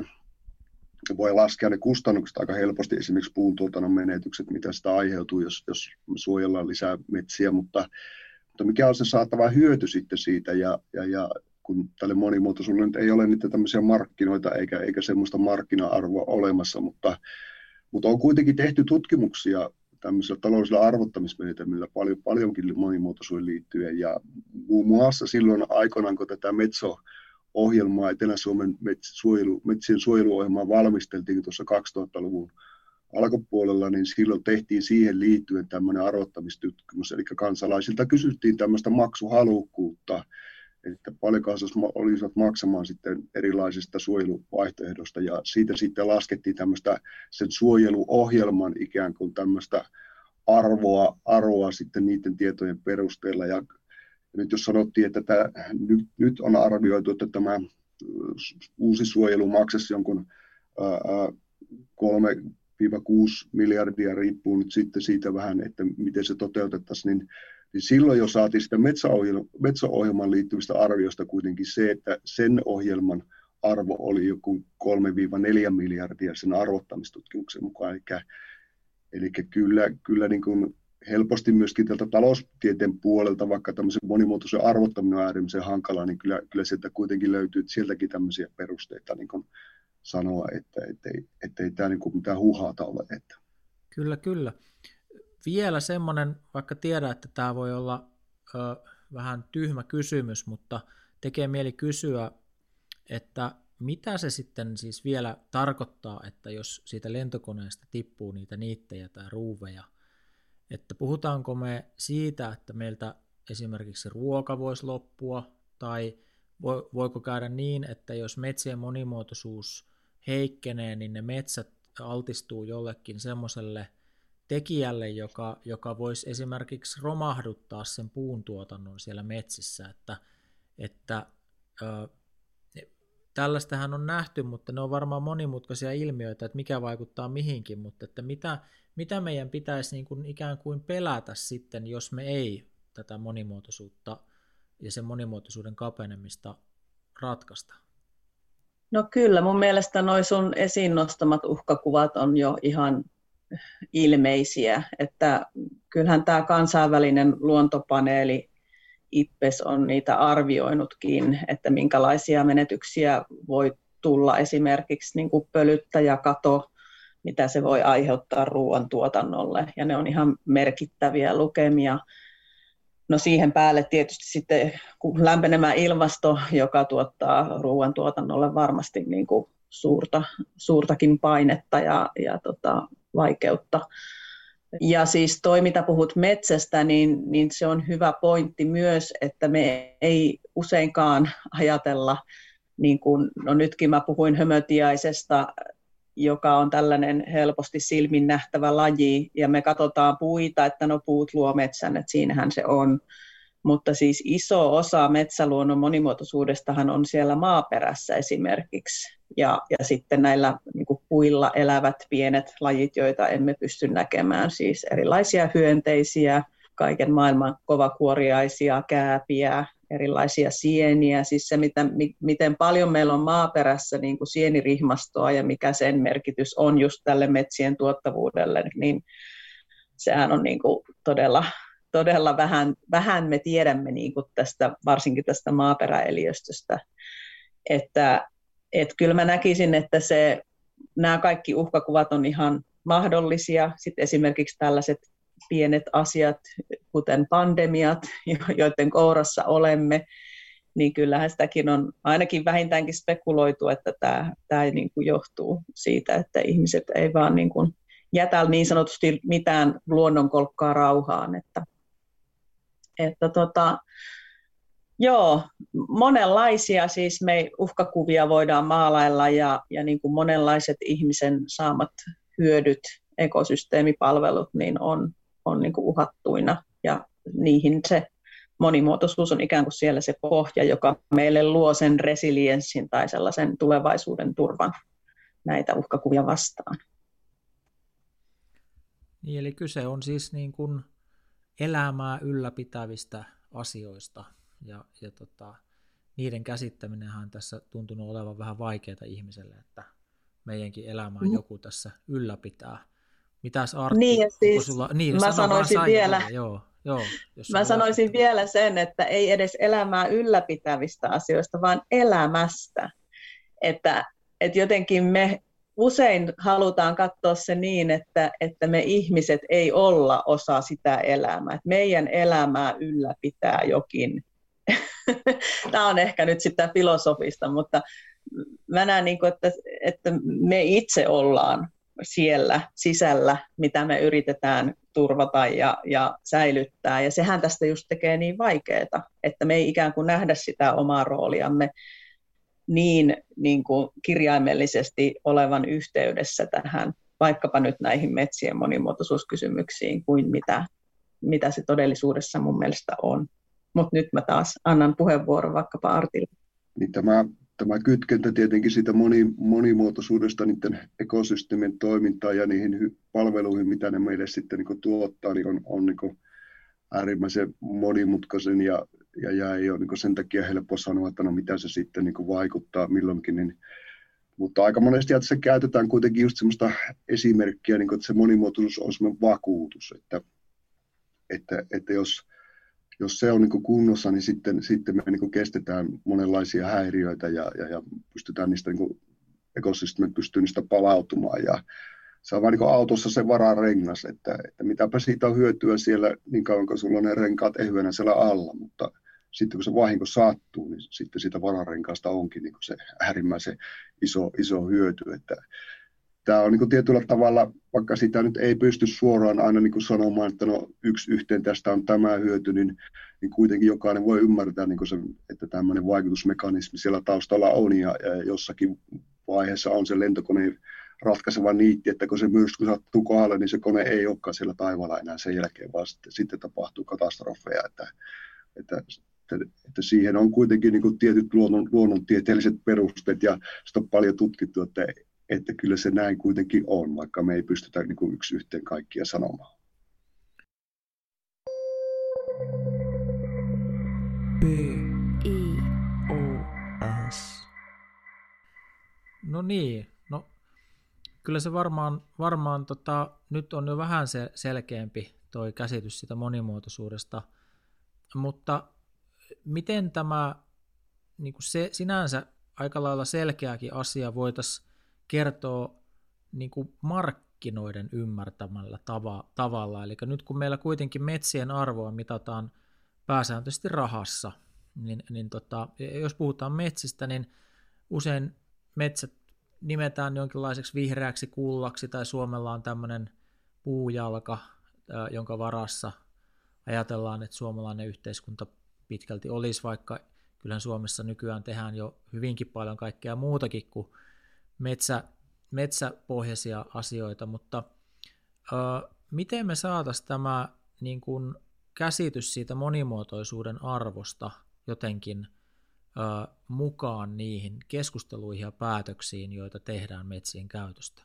voi laskea ne kustannukset aika helposti, esimerkiksi puuntuotannon menetykset, mitä sitä aiheutuu, jos, jos suojellaan lisää metsiä, mutta, mutta mikä on se saatava hyöty sitten siitä, ja, ja, ja kun tälle monimuotoisuudelle nyt ei ole niitä tämmöisiä markkinoita, eikä, eikä semmoista markkina-arvoa olemassa, mutta, mutta on kuitenkin tehty tutkimuksia tämmöisillä taloudellisilla arvottamismenetelmillä paljon, paljonkin monimuotoisuuteen liittyen, ja muun muassa silloin aikoinaan, kun tätä Metso ohjelmaa, Etelä-Suomen suojelu, metsien suojeluohjelmaa valmisteltiin tuossa kaksituhattaluvun alkupuolella, niin silloin tehtiin siihen liittyen tämmöinen arvottamistutkimus, eli kansalaisilta kysyttiin tämmöistä maksuhalukkuutta, että paljonko olisivat maksamaan sitten erilaisista suojeluvaihtoehdosta, ja siitä sitten laskettiin tämmöistä sen suojeluohjelman ikään kuin tämmöistä arvoa, arvoa sitten niiden tietojen perusteella, ja Ja nyt jos sanottiin, että tämä, nyt, nyt on arvioitu, että tämä uusi suojelu maksaisi jonkun kolme kuusi miljardia, riippuu nyt sitten siitä vähän, että miten se toteutettaisiin, niin, niin silloin jo saatiin sitä Metso-ohjelman liittyvistä arvioista kuitenkin se, että sen ohjelman arvo oli joku kolme neljä miljardia sen arvottamistutkimuksen mukaan, eli, eli kyllä, kyllä niin kuin helposti myöskin tältä taloustieteen puolelta, vaikka tämmöisen monimuotoisen arvottaminen on äärimmäisen hankalaa, niin kyllä, kyllä sieltä kuitenkin löytyy sieltäkin tämmöisiä perusteita niin kuin sanoa, että ettei, ettei tämä niin kuin mitään huuhaata ole. Että. Kyllä, kyllä. Vielä semmoinen, vaikka tiedän, että tämä voi olla ö, vähän tyhmä kysymys, mutta tekee mieli kysyä, että mitä se sitten siis vielä tarkoittaa, että jos siitä lentokoneesta tippuu niitä niittejä tai ruuveja, että puhutaanko me siitä, että meiltä esimerkiksi ruoka voisi loppua, tai voiko käydä niin, että jos metsien monimuotoisuus heikkenee, niin ne metsät altistuu jollekin semmoiselle tekijälle, joka, joka voisi esimerkiksi romahduttaa sen puuntuotannon siellä metsissä, että, että ö, tällaistähän on nähty, mutta ne on varmaan monimutkaisia ilmiöitä, että mikä vaikuttaa mihinkin, mutta että mitä, mitä meidän pitäisi niin kuin ikään kuin pelätä sitten, jos me ei tätä monimuotoisuutta ja sen monimuotoisuuden kapenemista ratkaista? No kyllä, mun mielestä noi sun esiin nostamat uhkakuvat on jo ihan ilmeisiä, että kyllähän tämä kansainvälinen luontopaneeli I P B E S on niitä arvioinutkin, että minkälaisia menetyksiä voi tulla esimerkiksi niin kuin pölyttäjäkato, mitä se voi aiheuttaa ruoantuotannolle, ja ne on ihan merkittäviä lukemia. No siihen päälle tietysti sitten lämpenemä ilmasto, joka tuottaa ruoantuotannolle varmasti niin kuin suurta, suurtakin painetta ja, ja tota, vaikeutta. Ja siis toi, mitä puhut metsästä, niin, niin se on hyvä pointti myös, että me ei useinkaan ajatella, niin kuin, no nytkin mä puhuin hömötiaisesta, joka on tällainen helposti silmin nähtävä laji, ja me katsotaan puita, että no puut luo metsän, että siinähän se on. mutta siis iso osa metsäluonnon monimuotoisuudestahan on siellä maaperässä esimerkiksi. Ja, ja sitten näillä niin kuin puilla elävät pienet lajit, joita emme pysty näkemään, siis erilaisia hyönteisiä, kaiken maailman kovakuoriaisia, kääpiä, erilaisia sieniä, siis se, mitä, miten paljon meillä on maaperässä niin kuin sienirihmastoa ja mikä sen merkitys on just tälle metsien tuottavuudelle, niin sehän on niin kuin todella, todella vähän, vähän me tiedämme niin kuin tästä, varsinkin tästä maaperäeliöstöstä, että et kyllä mä näkisin, että se, nämä kaikki uhkakuvat on ihan mahdollisia, sitten esimerkiksi tällaiset pienet asiat, kuten pandemiat, joiden kourassa olemme, niin kyllähän sitäkin on ainakin vähintäänkin spekuloitu, että tämä, tämä niin kuin johtuu siitä, että ihmiset ei vaan niin kuin jätä niin sanotusti mitään luonnonkolkkaa rauhaan. Että, että tota, joo, monenlaisia siis me uhkakuvia voidaan maalailla ja, ja niin kuin monenlaiset ihmisen saamat hyödyt, ekosysteemipalvelut, niin on, on niin kuin uhattuina ja niihin se monimuotoisuus on ikään kuin siellä se pohja, joka meille luo sen resilienssin tai sellaisen tulevaisuuden turvan näitä uhkakuvia vastaan. Niin, eli kyse on siis niin kuin elämää ylläpitävistä asioista ja, ja tota, niiden käsittäminenhän on tässä tuntunut olevan vähän vaikeaa ihmiselle, että meidänkin elämää mm. joku tässä ylläpitää. Mitäs Artti? Niin, siis sulla... niin, mä sano sanoisin vielä, vielä, joo, joo, jos mä sanoisin vielä sen, että ei edes elämää ylläpitävistä asioista, vaan elämästä. Että, että jotenkin me usein halutaan katsoa se niin, että, että me ihmiset ei olla osa sitä elämää. Että meidän elämää ylläpitää jokin. Tämä on ehkä nyt sitä filosofista, mutta mä näen, että, että me itse ollaan siellä sisällä, mitä me yritetään turvata ja, ja säilyttää. Ja sehän tästä just tekee niin vaikeaa, että me ei ikään kuin nähdä sitä omaa rooliamme niin, niin kuin kirjaimellisesti olevan yhteydessä tähän, vaikkapa nyt näihin metsien monimuotoisuuskysymyksiin, kuin mitä, mitä se todellisuudessa mun mielestä on. Mutta nyt mä taas annan puheenvuoron vaikkapa Artille. Niin tämä, tämä kytkentä tietenkin siitä moni, monimuotoisuudesta niiden ekosysteemien toimintaan ja niihin hy- palveluihin, mitä ne meille sitten niin kuin tuottaa, niin on, on niin kuin äärimmäisen monimutkaisen ja, ja, ja ei ole niin kuin sen takia helppo sanoa, että no mitä se sitten niin kuin vaikuttaa milloinkin. Niin, mutta aika monesti että se käytetään kuitenkin just sellaista esimerkkiä, niin kuin, että se monimuotoisuus on sellainen vakuutus, että, että, että jos Jos se on niin kuin kunnossa, niin sitten, sitten me niin kuin kestetään monenlaisia häiriöitä ja, ja, ja pystytään niistä, niin kuin ekosysteemit pystyy niistä palautumaan. Ja se on vain niin kuin autossa se vararengas, että, että mitäpä siitä on hyötyä siellä niin kauan, kun sulla on ne renkaat ehyenä siellä alla. Mutta sitten kun se vahinko sattuu, niin sitten siitä vararenkaasta onkin niin kuin se äärimmäisen iso, iso hyöty. Että tämä on niin kuin tietyllä tavalla, vaikka sitä nyt ei pysty suoraan aina niin kuin sanomaan, että no yksi yhteen tästä on tämä hyöty, niin, niin kuitenkin jokainen voi ymmärtää, niin kuin se, että tämmöinen vaikutusmekanismi siellä taustalla on ja, ja jossakin vaiheessa on se lentokoneen ratkaiseva niitti, että kun se myrsky sattuu kohdalle, niin se kone ei olekaan siellä taivaalla enää sen jälkeen, vaan sitten, sitten tapahtuu katastrofeja, että, että, että, että siihen on kuitenkin niin kuin tietyt luonnon, luonnontieteelliset perusteet ja sitä on paljon tutkittu, että että kyllä se näin kuitenkin on, vaikka me ei pystytä niin kuin yksi yhteen kaikkia sanomaan. B I O S. No niin, no kyllä se varmaan, varmaan tota, nyt on jo vähän se selkeämpi toi käsitys sitä monimuotoisuudesta, mutta miten tämä niin kuin se sinänsä aika lailla selkeäkin asia voitaisiin kertoo niin kuin markkinoiden ymmärtämällä tava, tavalla. Eli nyt kun meillä kuitenkin metsien arvoa mitataan pääsääntöisesti rahassa, niin, niin tota, jos puhutaan metsistä, niin usein metsät nimetään jonkinlaiseksi vihreäksi kullaksi, tai Suomella on tämmöinen puujalka, jonka varassa ajatellaan, että suomalainen yhteiskunta pitkälti olisi, vaikka kyllähän Suomessa nykyään tehdään jo hyvinkin paljon kaikkea muutakin kuin Metsä, metsäpohjaisia asioita, mutta ö, miten me saataisiin tämä niin kuin käsitys siitä monimuotoisuuden arvosta jotenkin ö, mukaan niihin keskusteluihin ja päätöksiin, joita tehdään metsien käytöstä?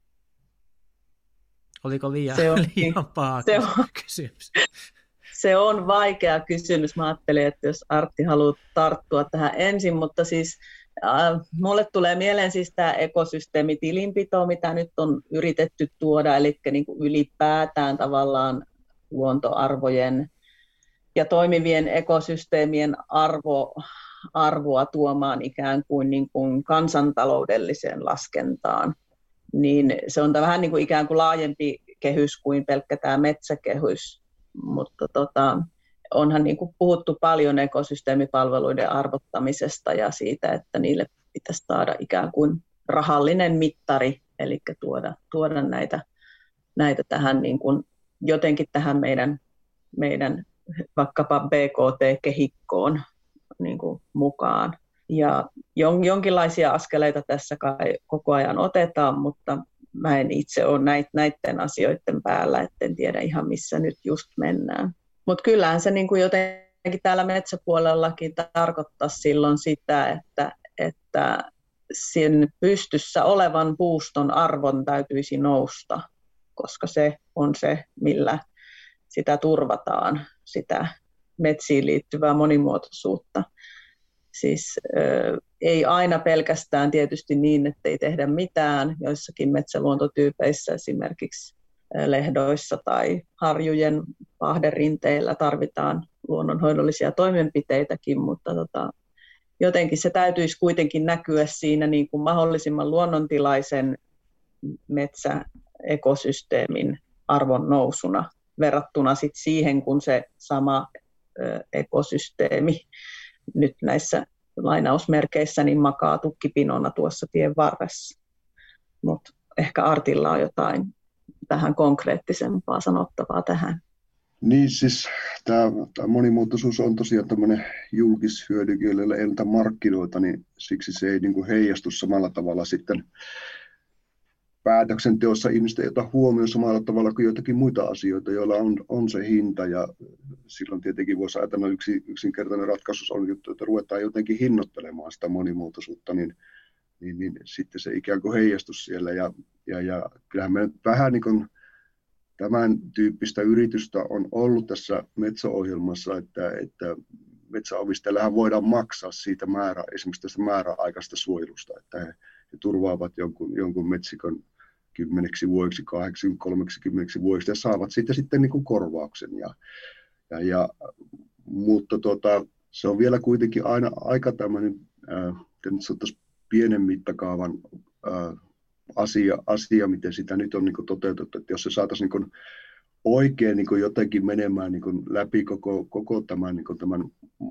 Oliko liian, se on, liian paha se on, kysymys? Se on vaikea kysymys. Mä ajattelin, että jos Artti haluaa tarttua tähän ensin, mutta siis äh, mulle tulee mieleen siis tämä ekosysteemitilinpito, mitä nyt on yritetty tuoda, eli niin kuin ylipäätään tavallaan luontoarvojen ja toimivien ekosysteemien arvo, arvoa tuomaan ikään kuin, niin kuin kansantaloudelliseen laskentaan. Niin se on vähän niin kuin ikään kuin laajempi kehys kuin pelkkä tämä metsäkehys, mutta tota, onhan niin kuin puhuttu paljon ekosysteemipalveluiden arvottamisesta ja siitä, että niille pitäisi saada ikään kuin rahallinen mittari, eli tuoda, tuoda näitä, näitä tähän niin kuin, jotenkin tähän meidän, meidän vaikkapa B K T-kehikkoon niin kuin mukaan. Ja jonkinlaisia askeleita tässä kai koko ajan otetaan, mutta mä en itse ole näiden asioiden päällä, etten tiedä ihan missä nyt just mennään. Mutta kyllähän se niin kuin jotenkin täällä metsäpuolellakin tarkoittaa silloin sitä, että, että sen pystyssä olevan puuston arvon täytyisi nousta, koska se on se, millä sitä turvataan, sitä metsiin liittyvää monimuotoisuutta. Siis äh, ei aina pelkästään tietysti niin, että ei tehdä mitään. Joissakin metsäluontotyypeissä, esimerkiksi lehdoissa tai harjujen pahderinteillä tarvitaan luonnonhoidollisia toimenpiteitäkin, mutta tota, jotenkin se täytyisi kuitenkin näkyä siinä niin kuin mahdollisimman luonnontilaisen metsäekosysteemin arvon nousuna verrattuna sit siihen, kun se sama äh, ekosysteemi nyt näissä lainausmerkeissä niin makaa tukkipinona tuossa tien varressa. Mutta ehkä Artilla on jotain vähän konkreettisempaa sanottavaa tähän. Niin siis tämä monimuotoisuus on tosiaan tämmöinen julkishyödyke, jolla ei ole markkinoita, niin siksi se ei niin kuin heijastu samalla tavalla sitten päätöksenteossa. Ihmiset ei ota huomioon samalla tavalla kuin joitakin muita asioita, joilla on, on se hinta, ja silloin tietenkin voisi ajatella yksi, yksinkertainen ratkaisu on, että ruvetaan jotenkin hinnoittelemaan sitä monimuotoisuutta, niin, niin, niin sitten se ikään kuin heijastus siellä, ja, ja, ja kyllähän me nyt vähän niin kuin tämän tyyppistä yritystä on ollut tässä metsäohjelmassa, että, että metsäomistajallähän voidaan maksaa siitä määrä, esimerkiksi tästä määräaikaista suojelusta, että he, he turvaavat jonkun, jonkun metsikön kymmeneksi vuodeksi, kahdeksan, kolmeksikymmeneksi vuodeksi ja saavat siitä sitten niin kuin korvauksen. Ja, ja, ja, mutta tota, se on vielä kuitenkin aina aika tämmöinen, äh, pienen mittakaavan äh, asia, asia, miten sitä nyt on niin kuin toteutettu, että jos se saataisiin niin kuin oikein niin kuin jotenkin menemään niin kuin läpi koko, koko tämän, niin kuin tämän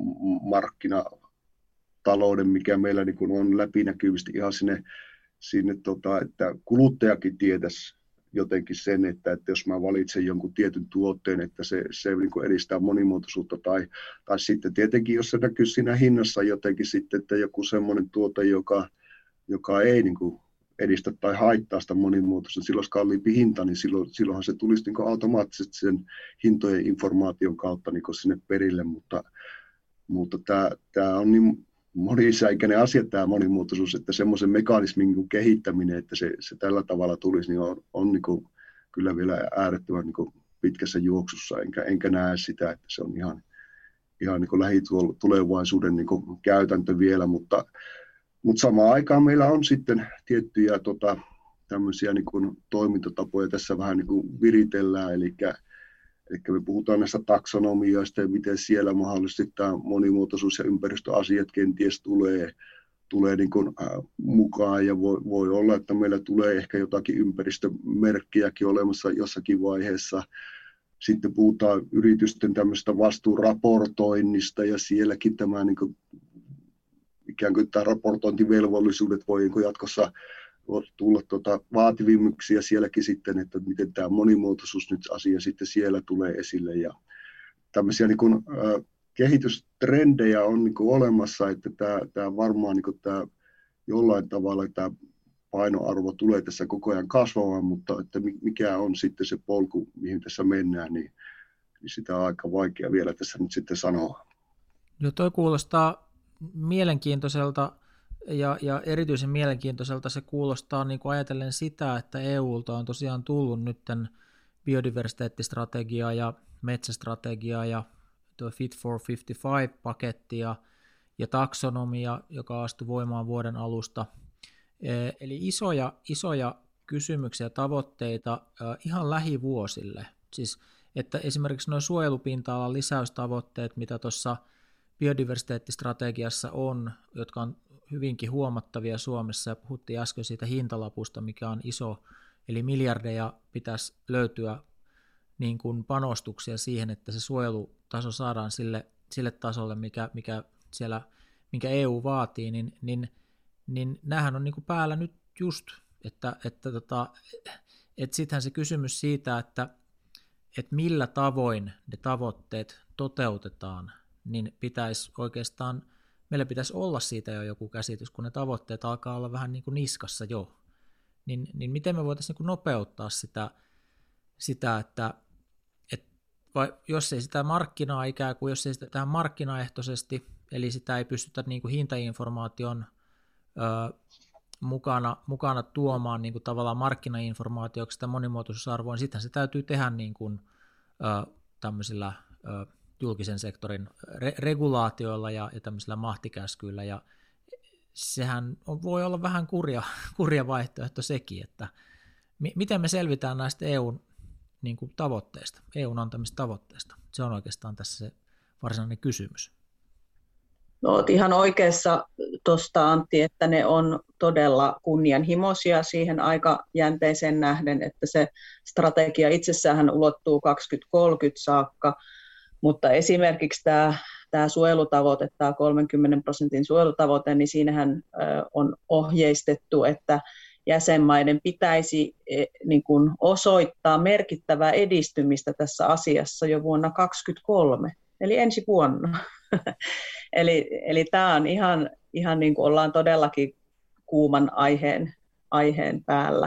markkinatalouden, mikä meillä niin kuin on läpinäkyvästi ihan sinne, sinne tota, että kuluttajakin tietäisi jotenkin sen, että, että jos mä valitsen jonkun tietyn tuotteen, että se, se niin kuin edistää monimuotoisuutta, tai, tai sitten tietenkin, jos se näkyy siinä hinnassa jotenkin sitten, että joku semmoinen tuote, joka, joka ei niin kuin edistä tai haittaa sitä monimuotoisuutta, silloin kalliimpi hinta, niin silloin, silloinhan se tulisi niin kuin automaattisesti sen hintojen informaation kautta niin kuin sinne perille, mutta, mutta tämä, tämä on niin monisäikäinen asia tämä monimuotoisuus, että semmoisen mekanismin niin kuin kehittäminen, että se, se tällä tavalla tulisi, niin on, on niin kuin kyllä vielä äärettömän niin kuin pitkässä juoksussa, enkä, enkä näe sitä, että se on ihan, ihan niin kuin lähitulevaisuuden niin kuin käytäntö vielä, mutta Mutta samaan aikaan meillä on sitten tiettyjä tota, tämmöisiä niin kuin toimintatapoja tässä vähän niin kuin viritellään, eli, eli me puhutaan näistä taksonomioista ja miten siellä mahdollisesti tämä monimuotoisuus ja ympäristöasiat kenties tulee, tulee niin kuin, äh, mukaan, ja voi, voi olla, että meillä tulee ehkä jotakin ympäristömerkkiäkin olemassa jossakin vaiheessa. Sitten puhutaan yritysten tämmöistä vastuuraportoinnista, ja sielläkin tämä niin kuin ikään kuin tämä raportointivelvollisuudet voi jatkossa tulla tuota vaativimmiksi, ja sielläkin sitten, että miten tämä monimuotoisuus nyt asia sitten siellä tulee esille. Ja tämmöisiä niin kuin, äh, kehitystrendejä on niin kuin olemassa, että tämä, tämä varmaan niin kuin tämä jollain tavalla tämä painoarvo tulee tässä koko ajan kasvamaan, mutta että mikä on sitten se polku, mihin tässä mennään, niin, niin sitä on aika vaikea vielä tässä nyt sitten sanoa. No toi kuulostaa mielenkiintoiselta ja, ja erityisen mielenkiintoiselta se kuulostaa niin kuin ajatellen sitä, että E U:lta on tosiaan tullut nyt biodiversiteettistrategia ja metsästrategia ja tuo Fit for viisikymmentäviisi-paketti ja, ja taksonomia, joka astui voimaan vuoden alusta. Eli isoja, isoja kysymyksiä ja tavoitteita ihan lähivuosille. Siis, että esimerkiksi nuo suojelupinta-alan lisäystavoitteet, mitä tuossa biodiversiteettistrategiassa on, jotka on hyvinkin huomattavia Suomessa, ja puhuttiin äsken siitä hintalapusta, mikä on iso, eli miljardeja pitäisi löytyä niin kuin panostuksia siihen, että se suojelutaso saadaan sille, sille tasolle, mikä, mikä, siellä, minkä E U vaatii, niin, niin, niin näähän on niin kuin päällä nyt just, että, että, tota, että sittenhän se kysymys siitä, että, että millä tavoin ne tavoitteet toteutetaan, niin pitäisi oikeastaan, meillä pitäisi olla siitä jo joku käsitys, kun ne tavoitteet alkaa olla vähän niin kuin niskassa jo, niin, niin miten me voitaisiin niin kuin nopeuttaa sitä, sitä että, että vai jos ei sitä markkinaa ikään kuin, jos ei sitä tehdä markkinaehtoisesti, eli sitä ei pystytä niin kuin hintainformaation ö, mukana, mukana tuomaan niin kuin tavallaan markkinainformaatioksi sitä monimuotoisuusarvoa, niin sittenhän se täytyy tehdä niin kuin, ö, tämmöisillä ö, julkisen sektorin re- regulaatioilla ja, ja tämmöisillä mahtikäskyillä, ja sehän on, voi olla vähän kurja, kurja vaihtoehto sekin, että mi- miten me selvitään näistä E U:n niin kuin tavoitteista, E U:n antamista tavoitteista. Se on oikeastaan tässä se varsinainen kysymys. No, olet ihan oikeassa tuosta, Antti, että ne on todella kunnianhimoisia siihen aikajänteeseen nähden, että se strategia itsessään ulottuu kaksituhattakolmekymmentä saakka, mutta esimerkiksi tämä, tämä suojelutavoite, tämä kolmenkymmenen prosentin suojelutavoite, niin siinähän on ohjeistettu, että jäsenmaiden pitäisi niin kuin osoittaa merkittävää edistymistä tässä asiassa jo vuonna kaksituhattakaksikymmentäkolme, eli ensi vuonna. eli, eli tämä on ihan, ihan niin kuin ollaan todellakin kuuman aiheen, aiheen päällä.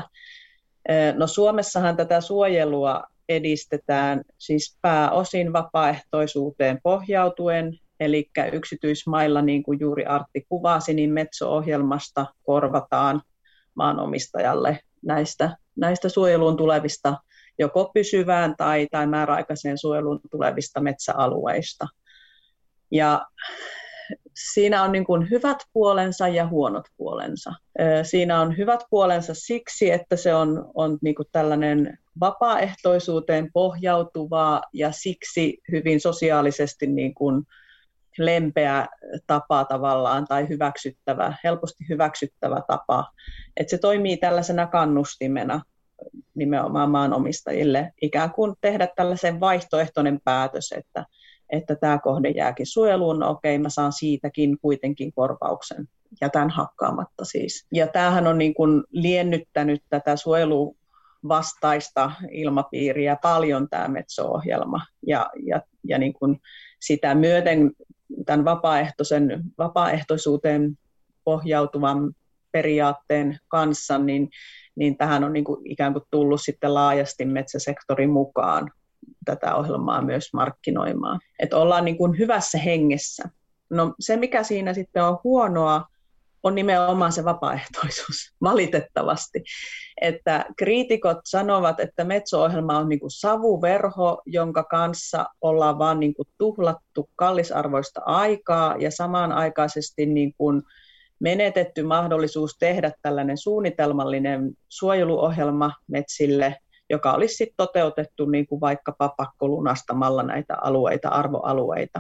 No Suomessahan tätä suojelua edistetään siis pääosin vapaaehtoisuuteen pohjautuen, eli yksityismailla, niin kuin juuri Artti kuvasi, niin Metso-ohjelmasta korvataan maanomistajalle näistä, näistä suojeluun tulevista joko pysyvään tai, tai määräaikaiseen suojeluun tulevista metsäalueista. Ja siinä on niin kuin hyvät puolensa ja huonot puolensa. Siinä on hyvät puolensa siksi, että se on, on niin kuin tällainen vapaaehtoisuuteen pohjautuvaa ja siksi hyvin sosiaalisesti niin kuin lempeä tapa tavallaan tai hyväksyttävä, helposti hyväksyttävä tapa. Että se toimii tällaisena kannustimena nimenomaan maanomistajille ikään kuin tehdä tällaisen vaihtoehtoinen päätös, että että tämä kohde jääkin suojeluun, no okei, mä saan siitäkin kuitenkin korvauksen, jätän hakkaamatta siis. Ja tämähän on niin kuin liennyttänyt tätä suojeluvastaista ilmapiiriä paljon tämä Metso-ohjelma, ja, ja, ja niin kuin sitä myöten tämän vapaaehtoisen, vapaaehtoisuuteen pohjautuvan periaatteen kanssa, niin, niin tähän on niin kuin ikään kuin tullut sitten laajasti metsäsektorin mukaan tätä ohjelmaa myös markkinoimaan. Että ollaan niin kuin hyvässä hengessä. No se, mikä siinä sitten on huonoa, on nimenomaan se vapaaehtoisuus, valitettavasti. Että kriitikot sanovat, että Metso-ohjelma on niin kuin savuverho, jonka kanssa ollaan vaan niin kuin tuhlattu kallisarvoista aikaa ja samanaikaisesti niin kuin menetetty mahdollisuus tehdä tällainen suunnitelmallinen suojeluohjelma metsille, joka olisi sitten toteutettu niin kuin vaikkapa pakkolunastamalla näitä alueita, arvoalueita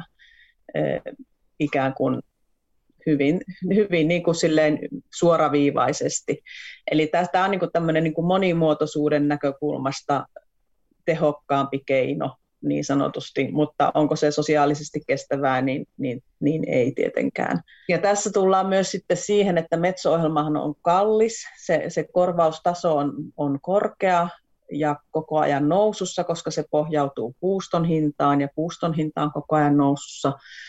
ikään kuin hyvin, hyvin niin kuin silleen suoraviivaisesti. Eli tämä on niin kuin tämmöinen niin kuin monimuotoisuuden näkökulmasta tehokkaampi keino niin sanotusti, mutta onko se sosiaalisesti kestävää, niin, niin, niin ei tietenkään. Ja tässä tullaan myös sitten siihen, että Metso-ohjelmahan on kallis, se, se korvaustaso on, on korkea, ja koko ajan nousussa, koska se pohjautuu puuston hintaan, ja puuston hinta on koko ajan nousussa.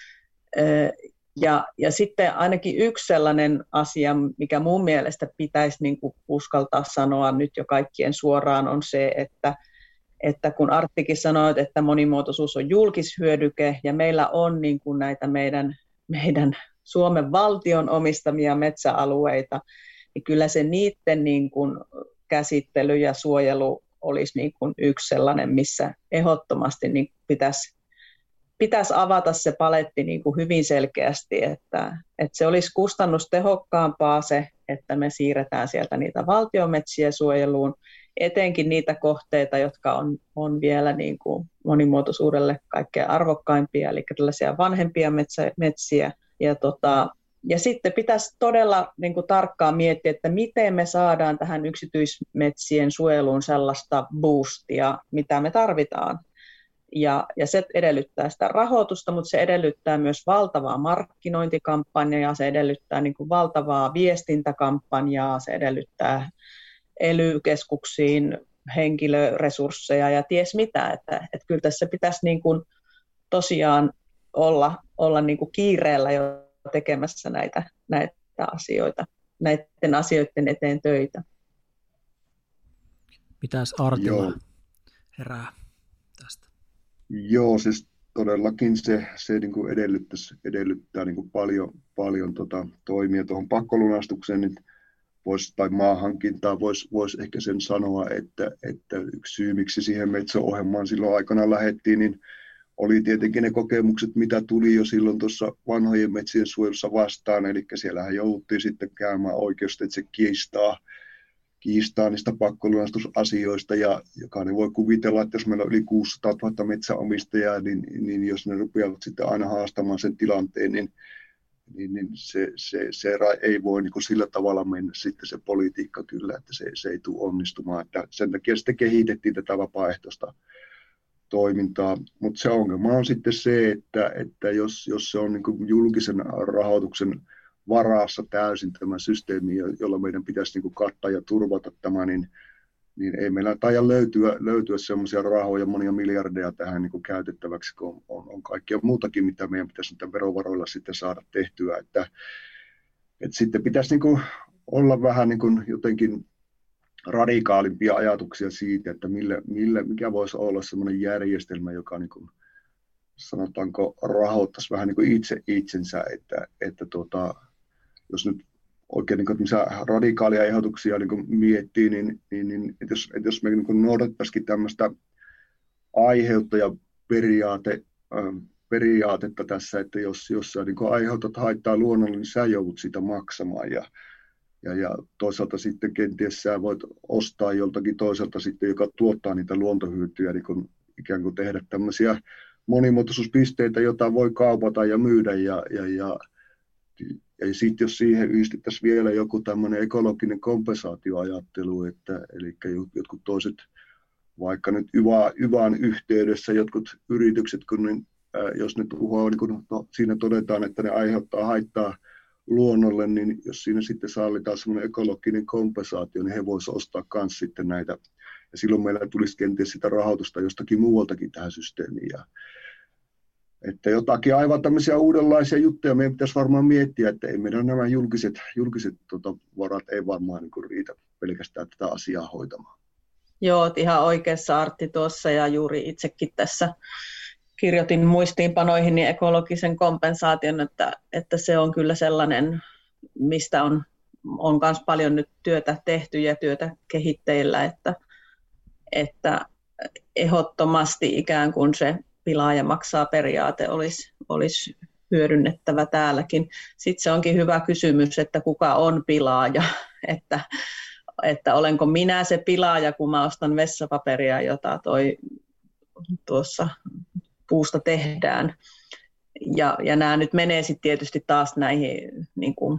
Ja, ja sitten ainakin yksi sellainen asia, mikä mun mielestä pitäisi niin kuin uskaltaa sanoa nyt jo kaikkien suoraan, on se, että, että kun Arttikin sanoit, että monimuotoisuus on julkishyödyke ja meillä on niin kuin näitä meidän, meidän Suomen valtion omistamia metsäalueita, niin kyllä se niiden niin kuin käsittely ja suojelu olisi niin kuin yksi sellainen, missä ehdottomasti niin pitäisi, pitäisi avata se paletti niin kuin hyvin selkeästi, että, että se olisi kustannustehokkaampaa se, että me siirretään sieltä niitä valtionmetsiä suojeluun, etenkin niitä kohteita, jotka on, on vielä niin kuin monimuotoisuudelle kaikkein arvokkaimpia, eli tällaisia vanhempia metsä, metsiä. Ja, tota, ja sitten pitäisi todella niin kuin tarkkaan miettiä, että miten me saadaan tähän yksityismetsien suojeluun sellaista boostia, mitä me tarvitaan. Ja, ja se edellyttää sitä rahoitusta, mutta se edellyttää myös valtavaa markkinointikampanjaa, se edellyttää niin kuin valtavaa viestintäkampanjaa, se edellyttää E L Y-keskuksiin henkilöresursseja ja ties mitä, että, että kyllä tässä pitäisi niin kuin tosiaan olla, olla niin kuin kiireellä jo tekemässä näitä, näitä asioita, näiden asioiden eteen töitä. Pitäisi Artilla herää tästä? Joo, siis todellakin se, se niin kuin edellyttää niin kuin paljon, paljon tota, toimia tuohon pakkolunastukseen, niin vois, tai maahankintaa voisi vois ehkä sen sanoa, että, että yksi syy, miksi siihen metsäohjelmaan silloin aikana lähdettiin, niin oli tietenkin ne kokemukset, mitä tuli jo silloin tuossa vanhojen metsien suojelussa vastaan, eli siellähän jouduttiin sitten käymään oikeusteitse kiistaa, kiistaa niistä pakkolunastusasioista, ja jokainen voi kuvitella, että jos meillä on yli kuusisataatuhatta metsäomistajaa, niin, niin jos ne rupeavat sitten aina haastamaan sen tilanteen, niin niin, niin se, se, se ei voi niin kuin sillä tavalla mennä sitten se politiikka kyllä, että se, se ei tule onnistumaan. Että sen takia sitten kehitettiin tätä vapaaehtoista toimintaa, mutta se ongelma on sitten se, että, että jos, jos se on niin kuin julkisen rahoituksen varassa täysin tämä systeemi, jolla meidän pitäisi niin kuin kattaa ja turvata tämä, niin, niin ei meillä taida löytyä, löytyä sellaisia rahoja, monia miljardeja tähän niin kuin käytettäväksi, kun on, on kaikkea muutakin, mitä meidän pitäisi niitä verovaroilla sitten saada tehtyä. Että, että sitten pitäisi niin kuin olla vähän niin kuin jotenkin radikaalimpia ajatuksia siitä, että millä, millä, mikä voisi olla sellainen järjestelmä, joka niin kuin, sanotaanko rahoittaisi vähän niin kuin itse itsensä, että, että tuota, jos nyt oikein niin kuin, radikaalia ehdotuksia niin kuin miettii, niin, niin, niin että jos, että jos me niin kuin noudattaisikin tämmöistä aiheuttajaperiaate, äh, periaatetta tässä, että jos, jos sä niin kuin aiheutat haittaa luonnolle, niin sä joudut sitä maksamaan, ja, ja, ja toisaalta sitten kenties sä voit ostaa joltakin toiselta sitten, joka tuottaa niitä luontohyötyjä, niin kuin ikään kuin tehdä tämmöisiä monimuotoisuuspisteitä, joita voi kaupata ja myydä, ja, ja, ja Ja sitten jos siihen yhdistettäisiin vielä joku tämmöinen ekologinen kompensaatioajattelu, että eli jotkut toiset, vaikka nyt YVA, YVAn yhteydessä jotkut yritykset, kun niin, ää, jos ne tuhoaa, niin kun, no, siinä todetaan, että ne aiheuttaa haittaa luonnolle, niin jos siinä sitten sallitaan semmoinen ekologinen kompensaatio, niin he voisivat ostaa myös sitten näitä. Ja silloin meillä tulisi kenties sitä rahoitusta jostakin muualtakin tähän systeemiin. Ja, että jotakin aivan tämmöisiä uudenlaisia juttuja meidän pitäisi varmaan miettiä, että ei meidän nämä julkiset, julkiset tota, varat ei varmaan niin kuin riitä pelkästään tätä asiaa hoitamaan. Joo, olet ihan oikeassa Artti tuossa, ja juuri itsekin tässä kirjoitin muistiinpanoihin niin ekologisen kompensaation, että, että se on kyllä sellainen, mistä on, on myös paljon nyt työtä tehty ja työtä kehitteillä, että, että ehdottomasti ikään kuin se pilaaja maksaa periaate olisi, olisi hyödynnettävä täälläkin. Sitten se onkin hyvä kysymys, että kuka on pilaaja, että, että olenko minä se pilaaja, kun mä ostan vessapaperia, jota toi tuossa puusta tehdään. Ja, ja nämä nyt menee sitten tietysti taas näihin niin kuin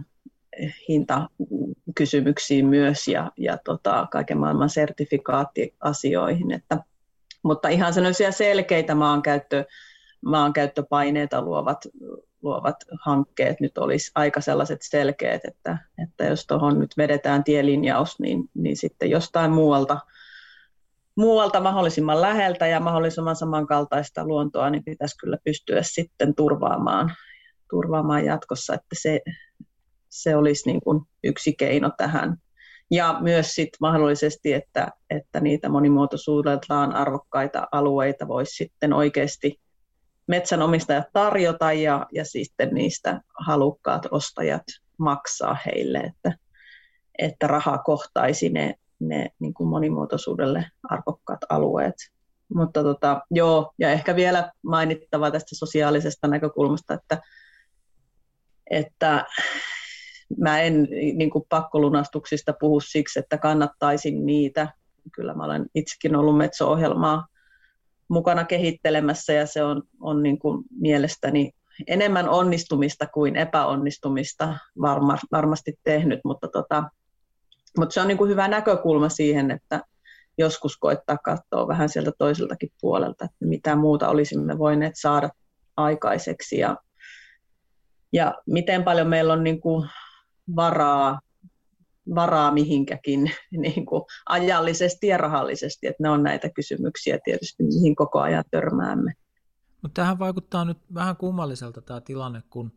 hintakysymyksiin myös ja, ja tota, kaiken maailman sertifikaattiasioihin, että mutta ihan sellaisia selkeitä maankäyttö, maankäyttöpaineita luovat, luovat hankkeet nyt olisi aika sellaiset selkeät, että, että jos tuohon nyt vedetään tielinjaus, niin, niin sitten jostain muualta, muualta mahdollisimman läheltä ja mahdollisimman samankaltaista luontoa, niin pitäisi kyllä pystyä sitten turvaamaan, turvaamaan jatkossa, että se, se olisi niin kuin yksi keino tähän. Ja myös sit mahdollisesti, että, että niitä monimuotoisuudeltaan arvokkaita alueita voisi sitten oikeasti metsänomistajat tarjota ja, ja sitten niistä halukkaat ostajat maksaa heille, että, että raha kohtaisi ne, ne niin kuin monimuotoisuudelle arvokkaat alueet. Mutta tota, joo, ja ehkä vielä mainittava tästä sosiaalisesta näkökulmasta, että, että mä en niin kuin pakkolunastuksista puhu siksi, että kannattaisin niitä. Kyllä mä olen itsekin ollut Metso-ohjelmaa mukana kehittelemässä ja se on, on niin kuin mielestäni enemmän onnistumista kuin epäonnistumista varma, varmasti tehnyt, mutta, tota, mutta se on niin kuin hyvä näkökulma siihen, että joskus koittaa katsoa vähän sieltä toiseltakin puolelta, että mitä muuta olisimme voineet saada aikaiseksi ja, ja miten paljon meillä on niin kuin varaa, varaa mihinkäkin niin kuin ajallisesti ja rahallisesti, että ne on näitä kysymyksiä tietysti, mihin koko ajan törmäämme. Mutta tähän vaikuttaa nyt vähän kummalliselta tämä tilanne, kun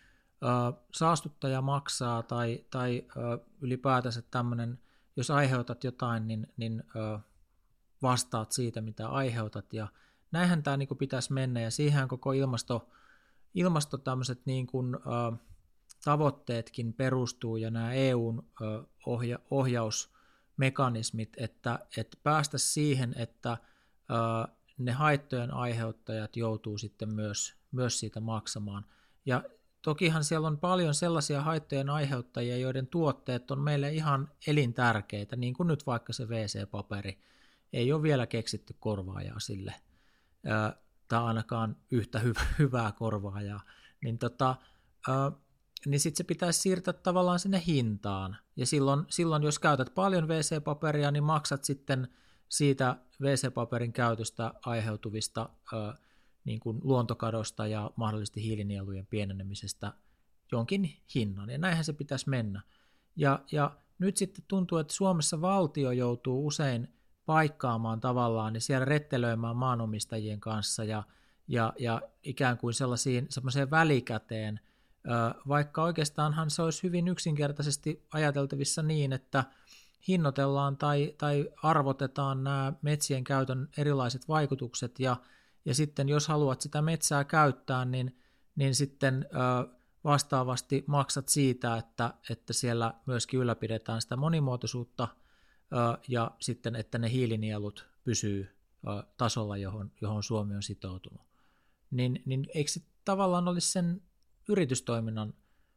ö, saastuttaja maksaa tai, tai ö, ylipäätänsä tämmöinen, jos aiheutat jotain, niin, niin ö, vastaat siitä, mitä aiheutat, ja näinhän tämä niin kuin pitäisi mennä, ja siihen koko ilmasto, ilmasto tämmöiset niin kuin, ö, tavoitteetkin perustuu, ja nämä E U:n ö, ohja, ohjausmekanismit, että, että päästä siihen, että ö, ne haittojen aiheuttajat joutuu sitten myös, myös siitä maksamaan. Ja tokihan siellä on paljon sellaisia haittojen aiheuttajia, joiden tuotteet on meille ihan elintärkeitä, niin kuin nyt vaikka se W C-paperi. Ei ole vielä keksitty korvaajaa sille, ää, tai ainakaan yhtä hyvä, hyvää korvaajaa. Niin, tota, ää, niin sitten se pitäisi siirtää tavallaan sinne hintaan. Ja silloin, silloin jos käytät paljon W C-paperia, niin maksat sitten siitä W C-paperin käytöstä aiheutuvista ö, niin kuin luontokadosta ja mahdollisesti hiilinielujen pienenemisestä jonkin hinnan, ja näinhän se pitäisi mennä. Ja, ja nyt sitten tuntuu, että Suomessa valtio joutuu usein paikkaamaan tavallaan, niin siellä rettelöimään maanomistajien kanssa ja, ja, ja ikään kuin sellaisiin, sellaiseen välikäteen, ö, vaikka oikeastaanhan se olisi hyvin yksinkertaisesti ajateltavissa niin, että hinnoitellaan tai, tai arvotetaan nämä metsien käytön erilaiset vaikutukset, ja, ja sitten jos haluat sitä metsää käyttää, niin, niin sitten ö, vastaavasti maksat siitä, että, että siellä myöskin ylläpidetään sitä monimuotoisuutta ö, ja sitten, että ne hiilinielut pysyy ö, tasolla, johon, johon Suomi on sitoutunut. Niin, niin eikö se tavallaan olisi sen yritystoiminnan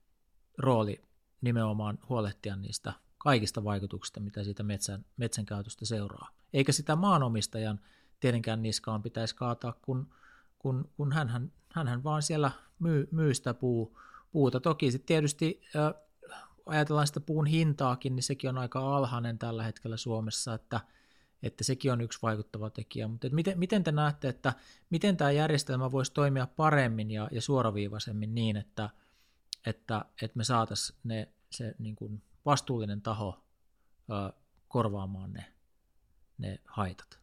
rooli nimenomaan huolehtia niistä kaikista vaikutuksista, mitä siitä metsän, metsän käytöstä seuraa. Eikä sitä maanomistajan tietenkään niskaan pitäisi kaataa, kun, kun, kun hänhän, hänhän vaan siellä myy, myy sitä puu, puuta. Toki sitten tietysti äh, ajatellaan sitä puun hintaakin, niin sekin on aika alhainen tällä hetkellä Suomessa, että, että sekin on yksi vaikuttava tekijä. Mutta miten, miten te näette, että miten tämä järjestelmä voisi toimia paremmin ja, ja suoraviivaisemmin niin, että, että, että me saataisiin ne, se niin kuin vastuullinen taho ö, korvaamaan ne, ne haitat?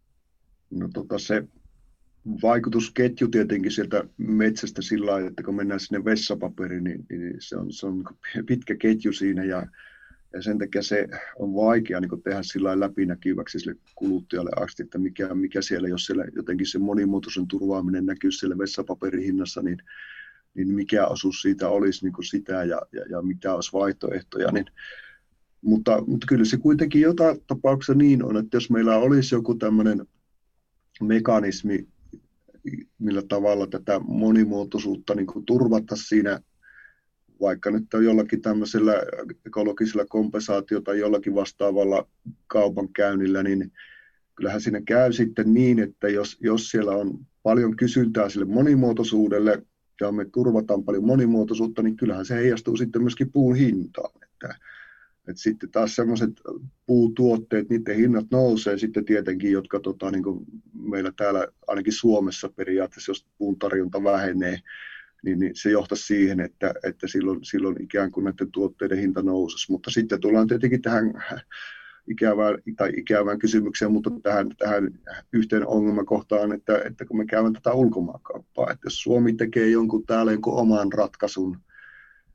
No tota se vaikutusketju tietenkin sieltä metsästä sillä lailla, että kun mennään sinne vessapaperiin, niin, niin se on, se on pitkä ketju siinä, ja, ja sen takia se on vaikea niin tehdä sillä lailla läpinäkyväksi sille kuluttajalle asti, että mikä, mikä siellä, jos siellä jotenkin se monimuotoisen turvaaminen näkyy siellä vessapaperin hinnassa, niin niin mikä osuus siitä olisi niin kuin sitä ja, ja, ja mitä olisi vaihtoehtoja. Niin, mutta, mutta kyllä se kuitenkin jotain tapauksessa niin on, että jos meillä olisi joku tämmöinen mekanismi, millä tavalla tätä monimuotoisuutta niin kuin turvattaisiin siinä, vaikka nyt on jollakin tämmöisellä ekologisella kompensaatio tai jollakin vastaavalla kaupankäynnillä, niin kyllähän siinä käy sitten niin, että jos, jos siellä on paljon kysyntää sille monimuotoisuudelle, ja me turvataan paljon monimuotoisuutta, niin kyllähän se heijastuu sitten myöskin puun hintaan. Että, että sitten taas sellaiset puutuotteet, niiden hinnat nousee sitten tietenkin, jotka tota, niin kuin meillä täällä ainakin Suomessa periaatteessa, jos puun tarjonta vähenee, niin, niin se johtaisi siihen, että, että silloin, silloin ikään kuin näiden tuotteiden hinta nousisi. Mutta sitten tullaan tietenkin tähän ikävään, tai ikävään kysymykseen, mutta tähän, tähän yhteen ongelmakohtaan, että, että kun me käymme tätä ulkomaankauppaa, että jos Suomi tekee jonkun täällä jonkun oman ratkaisun,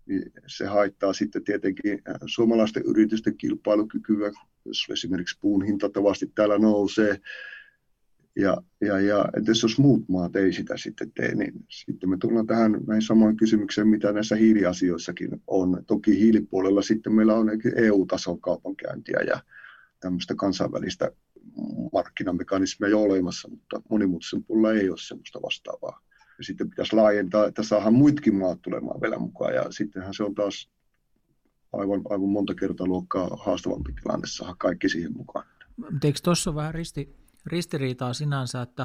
niin se haittaa sitten tietenkin suomalaisten yritysten kilpailukykyä, jos esimerkiksi puun hinta tavasti täällä nousee. Ja, ja, ja entäs jos muut maat ei sitä sitten tee, niin sitten me tullaan tähän näihin samoin kysymykseen, mitä näissä hiiliasioissakin on. Toki hiilipuolella sitten meillä on E U-tason kaupankäyntiä ja tämmöistä kansainvälistä markkinamekanismia jo olemassa, mutta monimuotoisen puolella ei ole semmoista vastaavaa. Ja sitten pitäisi laajentaa, että saadaan muitkin maat tulemaan vielä mukaan, ja sittenhän se on taas aivan, aivan monta kertaa luokkaa haastavampi tilanne saada kaikki siihen mukaan. Eikö tuossa ole vähän risti, ristiriitaa sinänsä, että,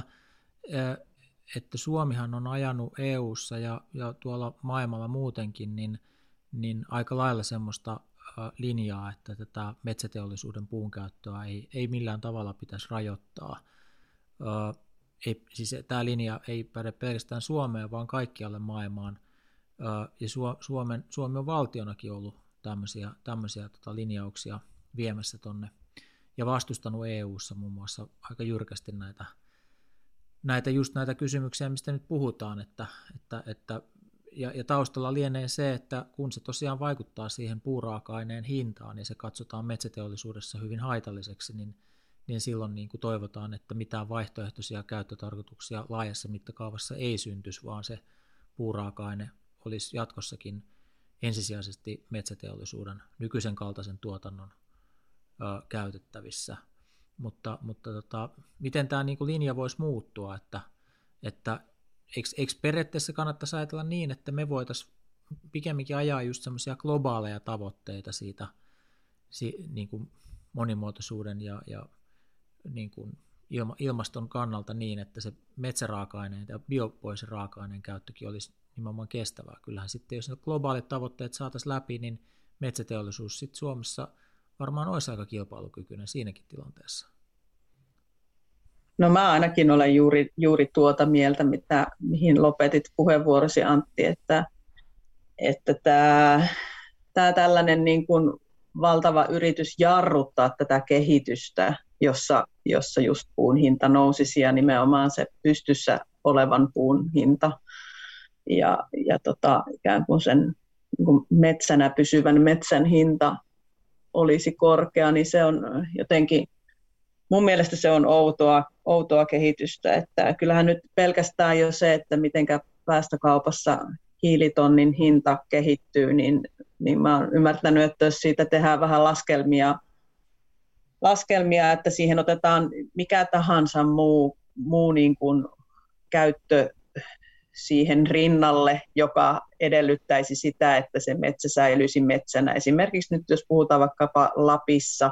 että Suomihan on ajanut E U:ssa ja, ja tuolla maailmalla muutenkin, niin, niin aika lailla semmoista linjaa, että tätä metsäteollisuuden puunkäyttöä ei, ei millään tavalla pitäisi rajoittaa. Ö, ei, siis tämä linja ei päde pelkästään Suomeen, vaan kaikkialle maailmaan. Ö, ja Suomen, Suomi on valtionakin ollut tämmöisiä, tämmöisiä tota linjauksia viemässä tonne ja vastustanut E U:ssa muun muassa aika jyrkästi näitä, näitä, just näitä kysymyksiä, mistä nyt puhutaan, että, että, että Ja, ja taustalla lienee se, että kun se tosiaan vaikuttaa siihen puuraaka-aineen hintaan ja se katsotaan metsäteollisuudessa hyvin haitalliseksi, niin, niin silloin niin kuin toivotaan, että mitään vaihtoehtoisia käyttötarkoituksia laajassa mittakaavassa ei syntyisi, vaan se puuraaka-aine olisi jatkossakin ensisijaisesti metsäteollisuuden nykyisen kaltaisen tuotannon ö, käytettävissä. Mutta, mutta tota, miten tämä niin kuin linja voisi muuttua, että, että Eikö, eikö periaatteessa kannattaisi ajatella niin, että me voitaisiin pikemminkin ajaa just semmoisia globaaleja tavoitteita siitä si, niin kuin monimuotoisuuden ja, ja niin kuin ilma, ilmaston kannalta niin, että se metsäraaka-aineen ja biopoisen raaka-aineen käyttökin olisi nimenomaan kestävää. Kyllähän sitten, jos ne globaalit tavoitteet saataisiin läpi, niin metsäteollisuus sitten Suomessa varmaan olisi aika kilpailukykyinen siinäkin tilanteessa. No mä ainakin olen juuri, juuri tuota mieltä, mitä, mihin lopetit puheenvuorosi Antti, että, että tämä, tämä tällainen niin kuin valtava yritys jarruttaa tätä kehitystä, jossa, jossa just puun hinta nousisi ja nimenomaan se pystyssä olevan puun hinta ja, ja tota, ikään kuin sen niin kuin metsänä pysyvän metsän hinta olisi korkea, niin se on jotenkin mun mielestä se on outoa, outoa kehitystä, että kyllähän nyt pelkästään jo se, että mitenkä päästökaupassa hiilitonnin hinta kehittyy, niin, niin mä oon ymmärtänyt, että jos siitä tehdään vähän laskelmia, laskelmia että siihen otetaan mikä tahansa muu, muu niin kuin käyttö siihen rinnalle, joka edellyttäisi sitä, että se metsä säilyisi metsänä. Esimerkiksi nyt jos puhutaan vaikkapa Lapissa,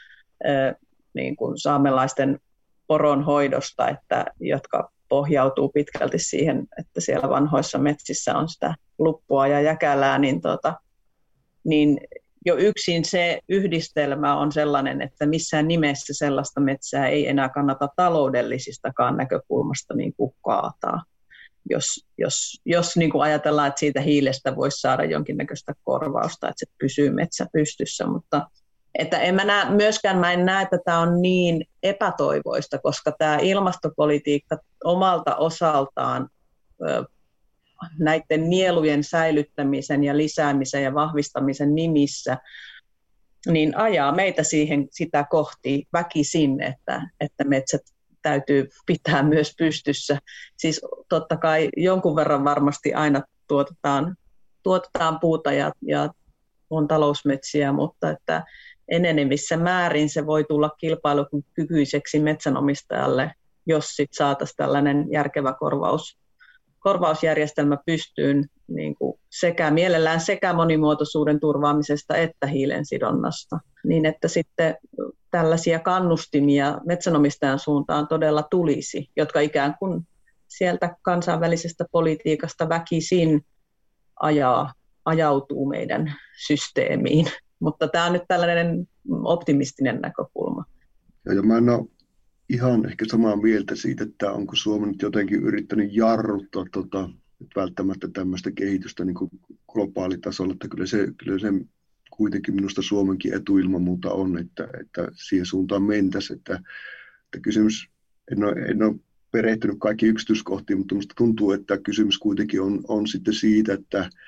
niin kuin saamelaisten poronhoidosta, että, jotka pohjautuu pitkälti siihen, että siellä vanhoissa metsissä on sitä luppua ja jäkälää, niin, tota, niin jo yksin se yhdistelmä on sellainen, että missään nimessä sellaista metsää ei enää kannata taloudellisistakaan näkökulmasta niin kuin kaataa. Jos, jos, jos niin kuin ajatellaan, että siitä hiilestä voisi saada jonkinnäköistä korvausta, että se pysyy metsä pystyssä, mutta että en mä näe, myöskään mä en näe, että tämä on niin epätoivoista, koska tämä ilmastopolitiikka omalta osaltaan ö, näiden nielujen säilyttämisen ja lisäämisen ja vahvistamisen nimissä, niin ajaa meitä siihen sitä kohti väkisin, että, että metsät täytyy pitää myös pystyssä. Siis totta kai jonkun verran varmasti aina tuotetaan, tuotetaan puuta ja, ja on talousmetsiä, mutta että enenevissä määrin se voi tulla kilpailukykyiseksi metsänomistajalle, jos sit saataisiin tällainen järkevä korvaus, korvausjärjestelmä pystyyn niin kuin sekä mielellään sekä monimuotoisuuden turvaamisesta että hiilen sidonnasta, niin että sitten tällaisia kannustimia metsänomistajan suuntaan todella tulisi, jotka ikään kuin sieltä kansainvälisestä politiikasta väkisin ajaa, ajautuu meidän systeemiin. Mutta tämä on nyt tällainen optimistinen näkökulma. Ja, ja mä en ole ihan ehkä samaa mieltä siitä, että onko Suomi nyt jotenkin yrittänyt jarruttaa tota, välttämättä tämmöistä kehitystä niin kuin globaalitasolla, että kyllä se, kyllä se kuitenkin minusta Suomenkin etu ilman muuta on, että, että siihen suuntaan mentäisiin. Että, että kysymys, en ole, en ole perehtynyt kaikki yksityiskohtiin, mutta minusta tuntuu, että kysymys kuitenkin on, on sitten siitä, että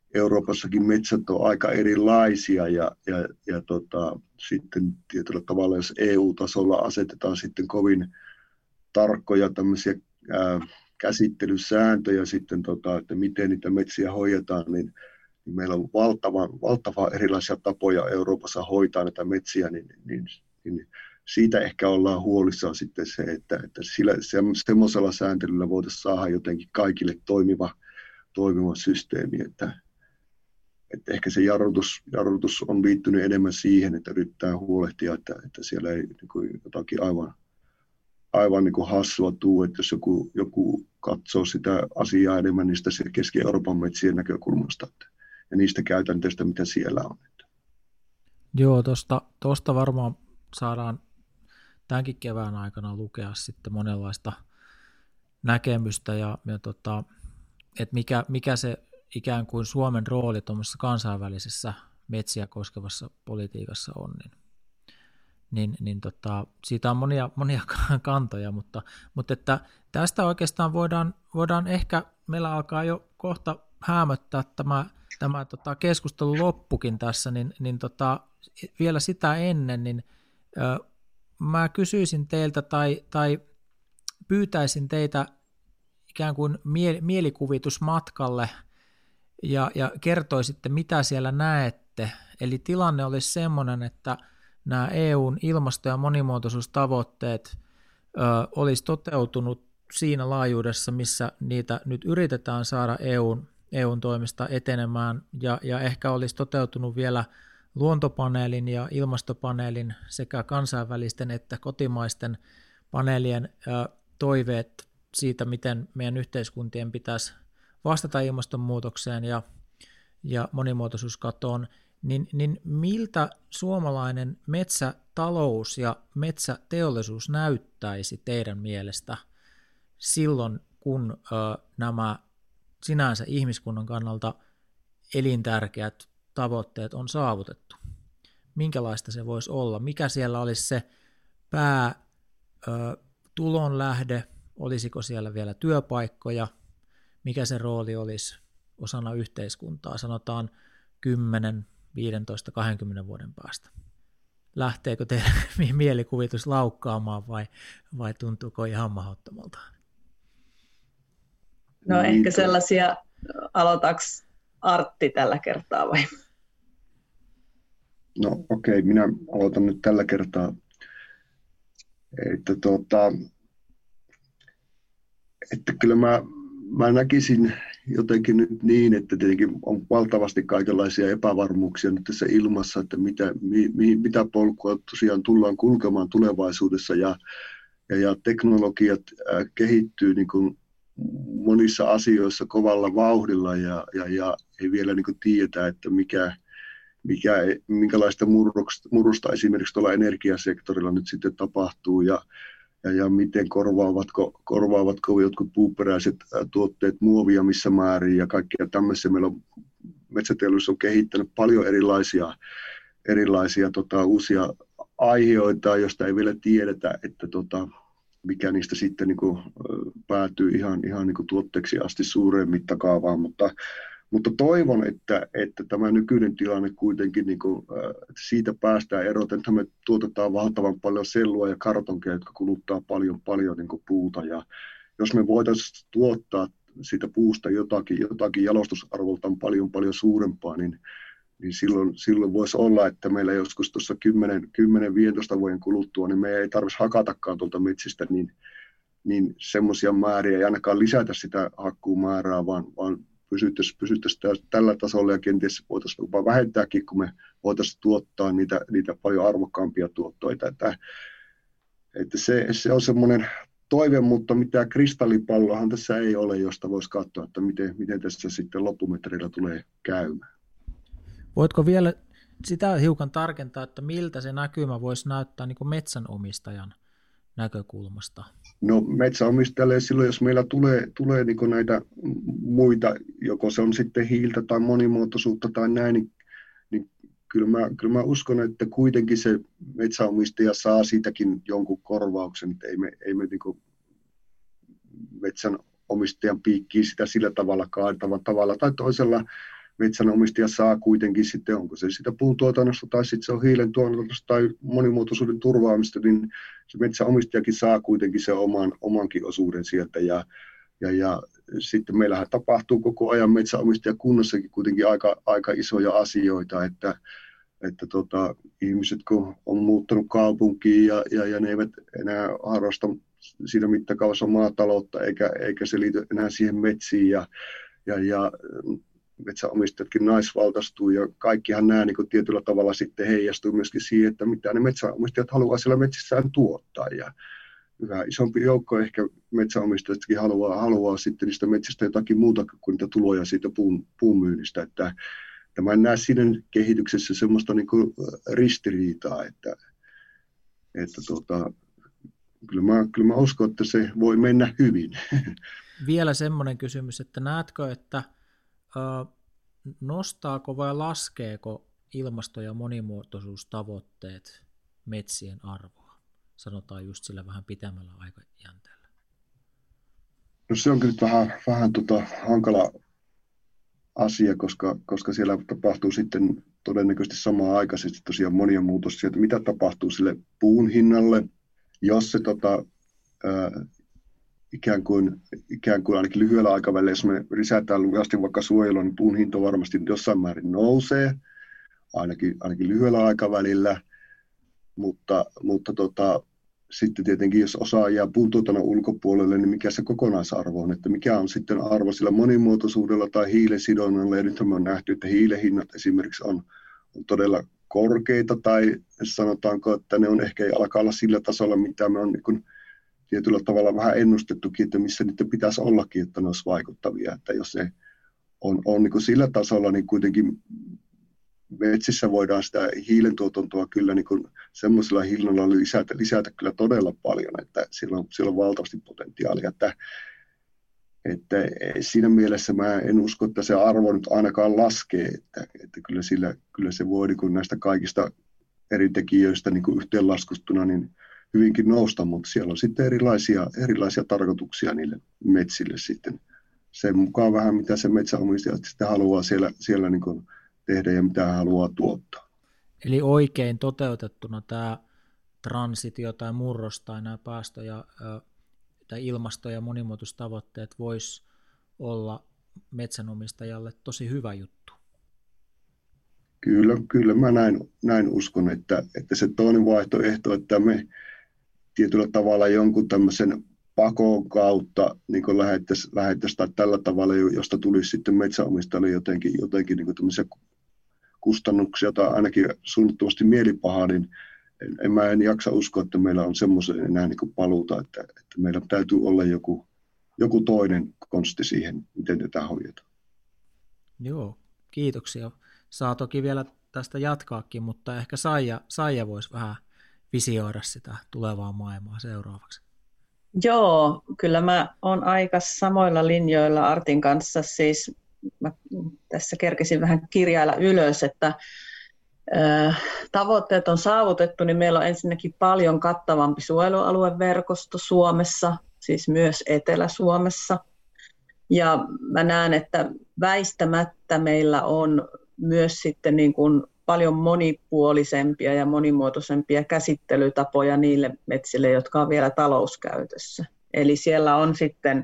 Euroopassakin metsät on aika erilaisia ja, ja, ja tota, sitten tietyllä tavalla, jos E U-tasolla asetetaan sitten kovin tarkkoja tämmöisiä ää, käsittelysääntöjä sitten, tota, että miten niitä metsiä hoidetaan, niin, niin meillä on valtavan, valtavan erilaisia tapoja Euroopassa hoitaa näitä metsiä, niin, niin, niin siitä ehkä ollaan huolissaan sitten se, että, että sillä, se, semmoisella sääntelyllä voitaisiin saada jotenkin kaikille toimiva, toimiva systeemi, että, että ehkä se jarrutus, jarrutus on liittynyt enemmän siihen, että yrittää huolehtia, että, että siellä ei niin kuin jotakin aivan, aivan niin kuin hassua tuu, että jos joku, joku katsoo sitä asiaa enemmän niistä Keski-Euroopan metsien näkökulmasta että, ja niistä käytänteistä, mitä siellä on. Joo, tuosta, tuosta varmaan saadaan tämänkin kevään aikana lukea sitten monenlaista näkemystä ja, ja tota, että mikä, mikä se ikään kuin Suomen rooli tuommoisessa kansainvälisessä metsiä koskevassa politiikassa on, niin, niin, niin tota, siitä on monia, monia kantoja, mutta, mutta että tästä oikeastaan voidaan, voidaan ehkä, meillä alkaa jo kohta häämöttää tämä, tämä tota keskustelu loppukin tässä, niin, niin tota, vielä sitä ennen, niin ö, mä kysyisin teiltä tai, tai pyytäisin teitä ikään kuin mielikuvitusmatkalle ja, ja kertoisitte, mitä siellä näette. Eli tilanne olisi semmoinen, että nämä E U:n ilmasto- ja monimuotoisuustavoitteet ö, olisi toteutunut siinä laajuudessa, missä niitä nyt yritetään saada E U:n, E U:n toimesta etenemään, ja, ja ehkä olisi toteutunut vielä luontopaneelin ja ilmastopaneelin sekä kansainvälisten että kotimaisten paneelien ö, toiveet siitä, miten meidän yhteiskuntien pitäisi vastata ilmastonmuutokseen ja, ja monimuotoisuuskatoon, niin, niin miltä suomalainen metsätalous ja metsäteollisuus näyttäisi teidän mielestä silloin, kun ö, nämä sinänsä ihmiskunnan kannalta elintärkeät tavoitteet on saavutettu? Minkälaista se voisi olla? Mikä siellä olisi se pää ö, tulonlähde? Olisiko siellä vielä työpaikkoja? Mikä se rooli olisi osana yhteiskuntaa, sanotaan kymmenen, viisitoista, kaksikymmentä vuoden päästä? Lähteekö teidän mielikuvitus laukkaamaan vai, vai tuntuuko ihan mahdottomalta? No ehkä sellaisia, aloitaanko Artti tällä kertaa vai? No okei, okay, minä aloitan nyt tällä kertaa. Että, tuota, että kyllä mä, mä näkisin jotenkin nyt niin, että tietenkin on valtavasti kaikenlaisia epävarmuuksia nyt tässä ilmassa, että mitä, mi, mitä polkua tosiaan tullaan kulkemaan tulevaisuudessa ja, ja, ja teknologiat äh, kehittyy niin kuin monissa asioissa kovalla vauhdilla ja, ja, ja ei vielä niin kuin tiedetä, että mikä, mikä, minkälaista murrosta, murrosta esimerkiksi tuolla energiasektorilla nyt sitten tapahtuu ja, ja, ja miten korvaavatko, korvaavatko jotkut puuperäiset tuotteet muovia missä määrin ja kaikkea tämmöisiä. Meillä on, metsäteollisuus on kehittänyt paljon erilaisia, erilaisia tota, uusia aiheita, joista ei vielä tiedetä, että tota, mikä niistä sitten niin kuin, päätyy ihan, ihan niin kuin tuotteeksi asti suureen mittakaavaan, mutta, mutta toivon, että, että tämä nykyinen tilanne kuitenkin, niin kuin, että siitä päästään eroon, että me tuotetaan valtavan paljon sellua ja kartonkeja, jotka kuluttaa paljon, paljon niin kuin puuta, ja jos me voitaisiin tuottaa siitä puusta jotakin, jotakin jalostusarvoltaan paljon, paljon suurempaa, niin niin silloin, silloin voisi olla, että meillä joskus tuossa kymmenen viisitoista vuoden kuluttua, niin meidän ei tarvitsisi hakatakaan tuolta metsistä niin, niin semmoisia määriä, ei ainakaan lisätä sitä hakkuumäärää, vaan, vaan pysyttäisiin, pysyttäisiin tällä tasolla ja kenties voitaisiin jopa vähentääkin, kun me voitaisiin tuottaa niitä, niitä paljon arvokkaampia tuottoita. Että, että se, se on semmoinen toive, mutta mitään kristallipalloahan tässä ei ole, josta voisi katsoa, että miten, miten tässä sitten loppumetrillä tulee käymään. Voitko vielä sitä hiukan tarkentaa, että miltä se näkymä voisi näyttää niin kuin metsänomistajan näkökulmasta? No metsänomistajalle silloin, jos meillä tulee, tulee niin kuin näitä muita, joko se on sitten hiiltä tai monimuotoisuutta tai näin, niin, niin kyllä, mä, kyllä mä uskon, että kuitenkin se metsänomistaja saa siitäkin jonkun korvauksen, että ei me, ei me niin kuin metsänomistajan piikkiä sitä sillä tavalla kaadetava tavalla tai toisella metsänomistaja saa kuitenkin sitten, onko se sitä puuntuotannosta tai sitten se on hiilen tuotannosta tai monimuotoisuuden turvaamista, niin se metsänomistajakin saa kuitenkin sen oman, omankin osuuden sieltä. Ja, ja, ja sitten meillähän tapahtuu koko ajan metsänomistajakunnassakin kuitenkin aika, aika isoja asioita, että, että tota, ihmiset kun on muuttanut kaupunkiin ja, ja, ja ne eivät enää harrasta siinä mittakaavassa maataloutta eikä, eikä se liity enää siihen metsiin ja, ja, ja metsänomistajatkin naisvaltaistuu ja kaikkihan nämä niin kuin tietyllä tavalla sitten heijastuu myöskin siihen, että mitä ne metsänomistajat haluaa siellä metsissään tuottaa. Ja yhä isompi joukko ehkä metsänomistajatkin haluaa, haluaa sitten niistä metsistä jotakin muuta kuin niitä tuloja siitä puun, puun myynnistä. Että, että mä en näe siinä kehityksessä semmoista niin kuin ristiriitaa, että, että tota, kyllä, mä, kyllä mä uskon, että se voi mennä hyvin. Vielä semmoinen kysymys, että näetkö, että nostaako vai laskeeko ilmasto- ja monimuotoisuustavoitteet metsien arvoa? Sanotaan just sillä vähän pitemmällä aikajänteellä. No se on kyllä vähän, vähän tota hankala asia, koska, koska siellä tapahtuu sitten todennäköisesti samaan aikaisesti tosiaan monia muutoksia, että mitä tapahtuu sille puun hinnalle, jos se tota, ää, ikään kuin, ikään kuin ainakin lyhyellä aikavälillä, jos me lisätään lujasti vaikka suojelua, niin puun hinta varmasti jossain määrin nousee, ainakin, ainakin lyhyellä aikavälillä, mutta, mutta tota, sitten tietenkin jos osa jää puuntuotannon ulkopuolelle, niin mikä se kokonaisarvo on, että mikä on sitten arvo sillä monimuotoisuudella tai hiilesidonnalla, ja nythän me on nähty, että hiilehinnat esimerkiksi on, on todella korkeita, tai sanotaanko, että ne on ehkä ei alkaa olla sillä tasolla, mitä me on niin kuin tietyllä tavalla vähän ennustettukin, että missä niiden pitäisi ollakin, että ne olisi vaikuttavia. Että jos se on, on niin kuin sillä tasolla, niin kuitenkin metsissä voidaan sitä hiilen tuotantoa kyllä niin kuin semmoisella hiilalla lisätä, lisätä kyllä todella paljon, että sillä on, sillä on valtavasti potentiaalia. Että, että siinä mielessä mä en usko, että se arvo nyt ainakaan laskee, että, että kyllä, sillä, kyllä se voi niin kuin näistä kaikista eri tekijöistä niin kuin yhteenlaskustuna, niin hyvinkin nousta, mutta siellä on sitten erilaisia, erilaisia tarkoituksia niille metsille sitten. Sen mukaan vähän, mitä se metsänomistaja sitten haluaa siellä, siellä niin kuin tehdä ja mitä hän haluaa tuottaa. Eli oikein toteutettuna tämä transitio tai murros tai nämä päästö- ja tai ilmasto- ja monimuotoistavoitteet voisi olla metsänomistajalle tosi hyvä juttu. Kyllä, kyllä mä näin, näin uskon, että, että se toinen vaihtoehto, että me tietyllä tavalla jonkun tämmöisen pakon kautta niin lähettäisiin lähettäisi tai tällä tavalla, josta tulisi sitten metsänomistajalle jotenkin, jotenkin niin tämmöisiä kustannuksia tai ainakin suunnittomasti mielipahaa, niin en, en mä en jaksa uskoa, että meillä on semmoisen enää niin paluuta, että, että meillä täytyy olla joku, joku toinen konsti siihen, miten tätä hoidetaan. Joo, kiitoksia. Saa toki vielä tästä jatkaakin, mutta ehkä Saija, Saija voisi vähän visioida sitä tulevaa maailmaa seuraavaksi. Joo, kyllä mä oon aika samoilla linjoilla Artin kanssa. Siis mä tässä kerkesin vähän kirjailla ylös, että äh, tavoitteet on saavutettu, niin meillä on ensinnäkin paljon kattavampi suojelualueverkosto Suomessa, siis myös Etelä-Suomessa. Ja mä näen, että väistämättä meillä on myös sitten niin kuin paljon monipuolisempia ja monimuotoisempia käsittelytapoja niille metsille, jotka on vielä talouskäytössä. Eli siellä on sitten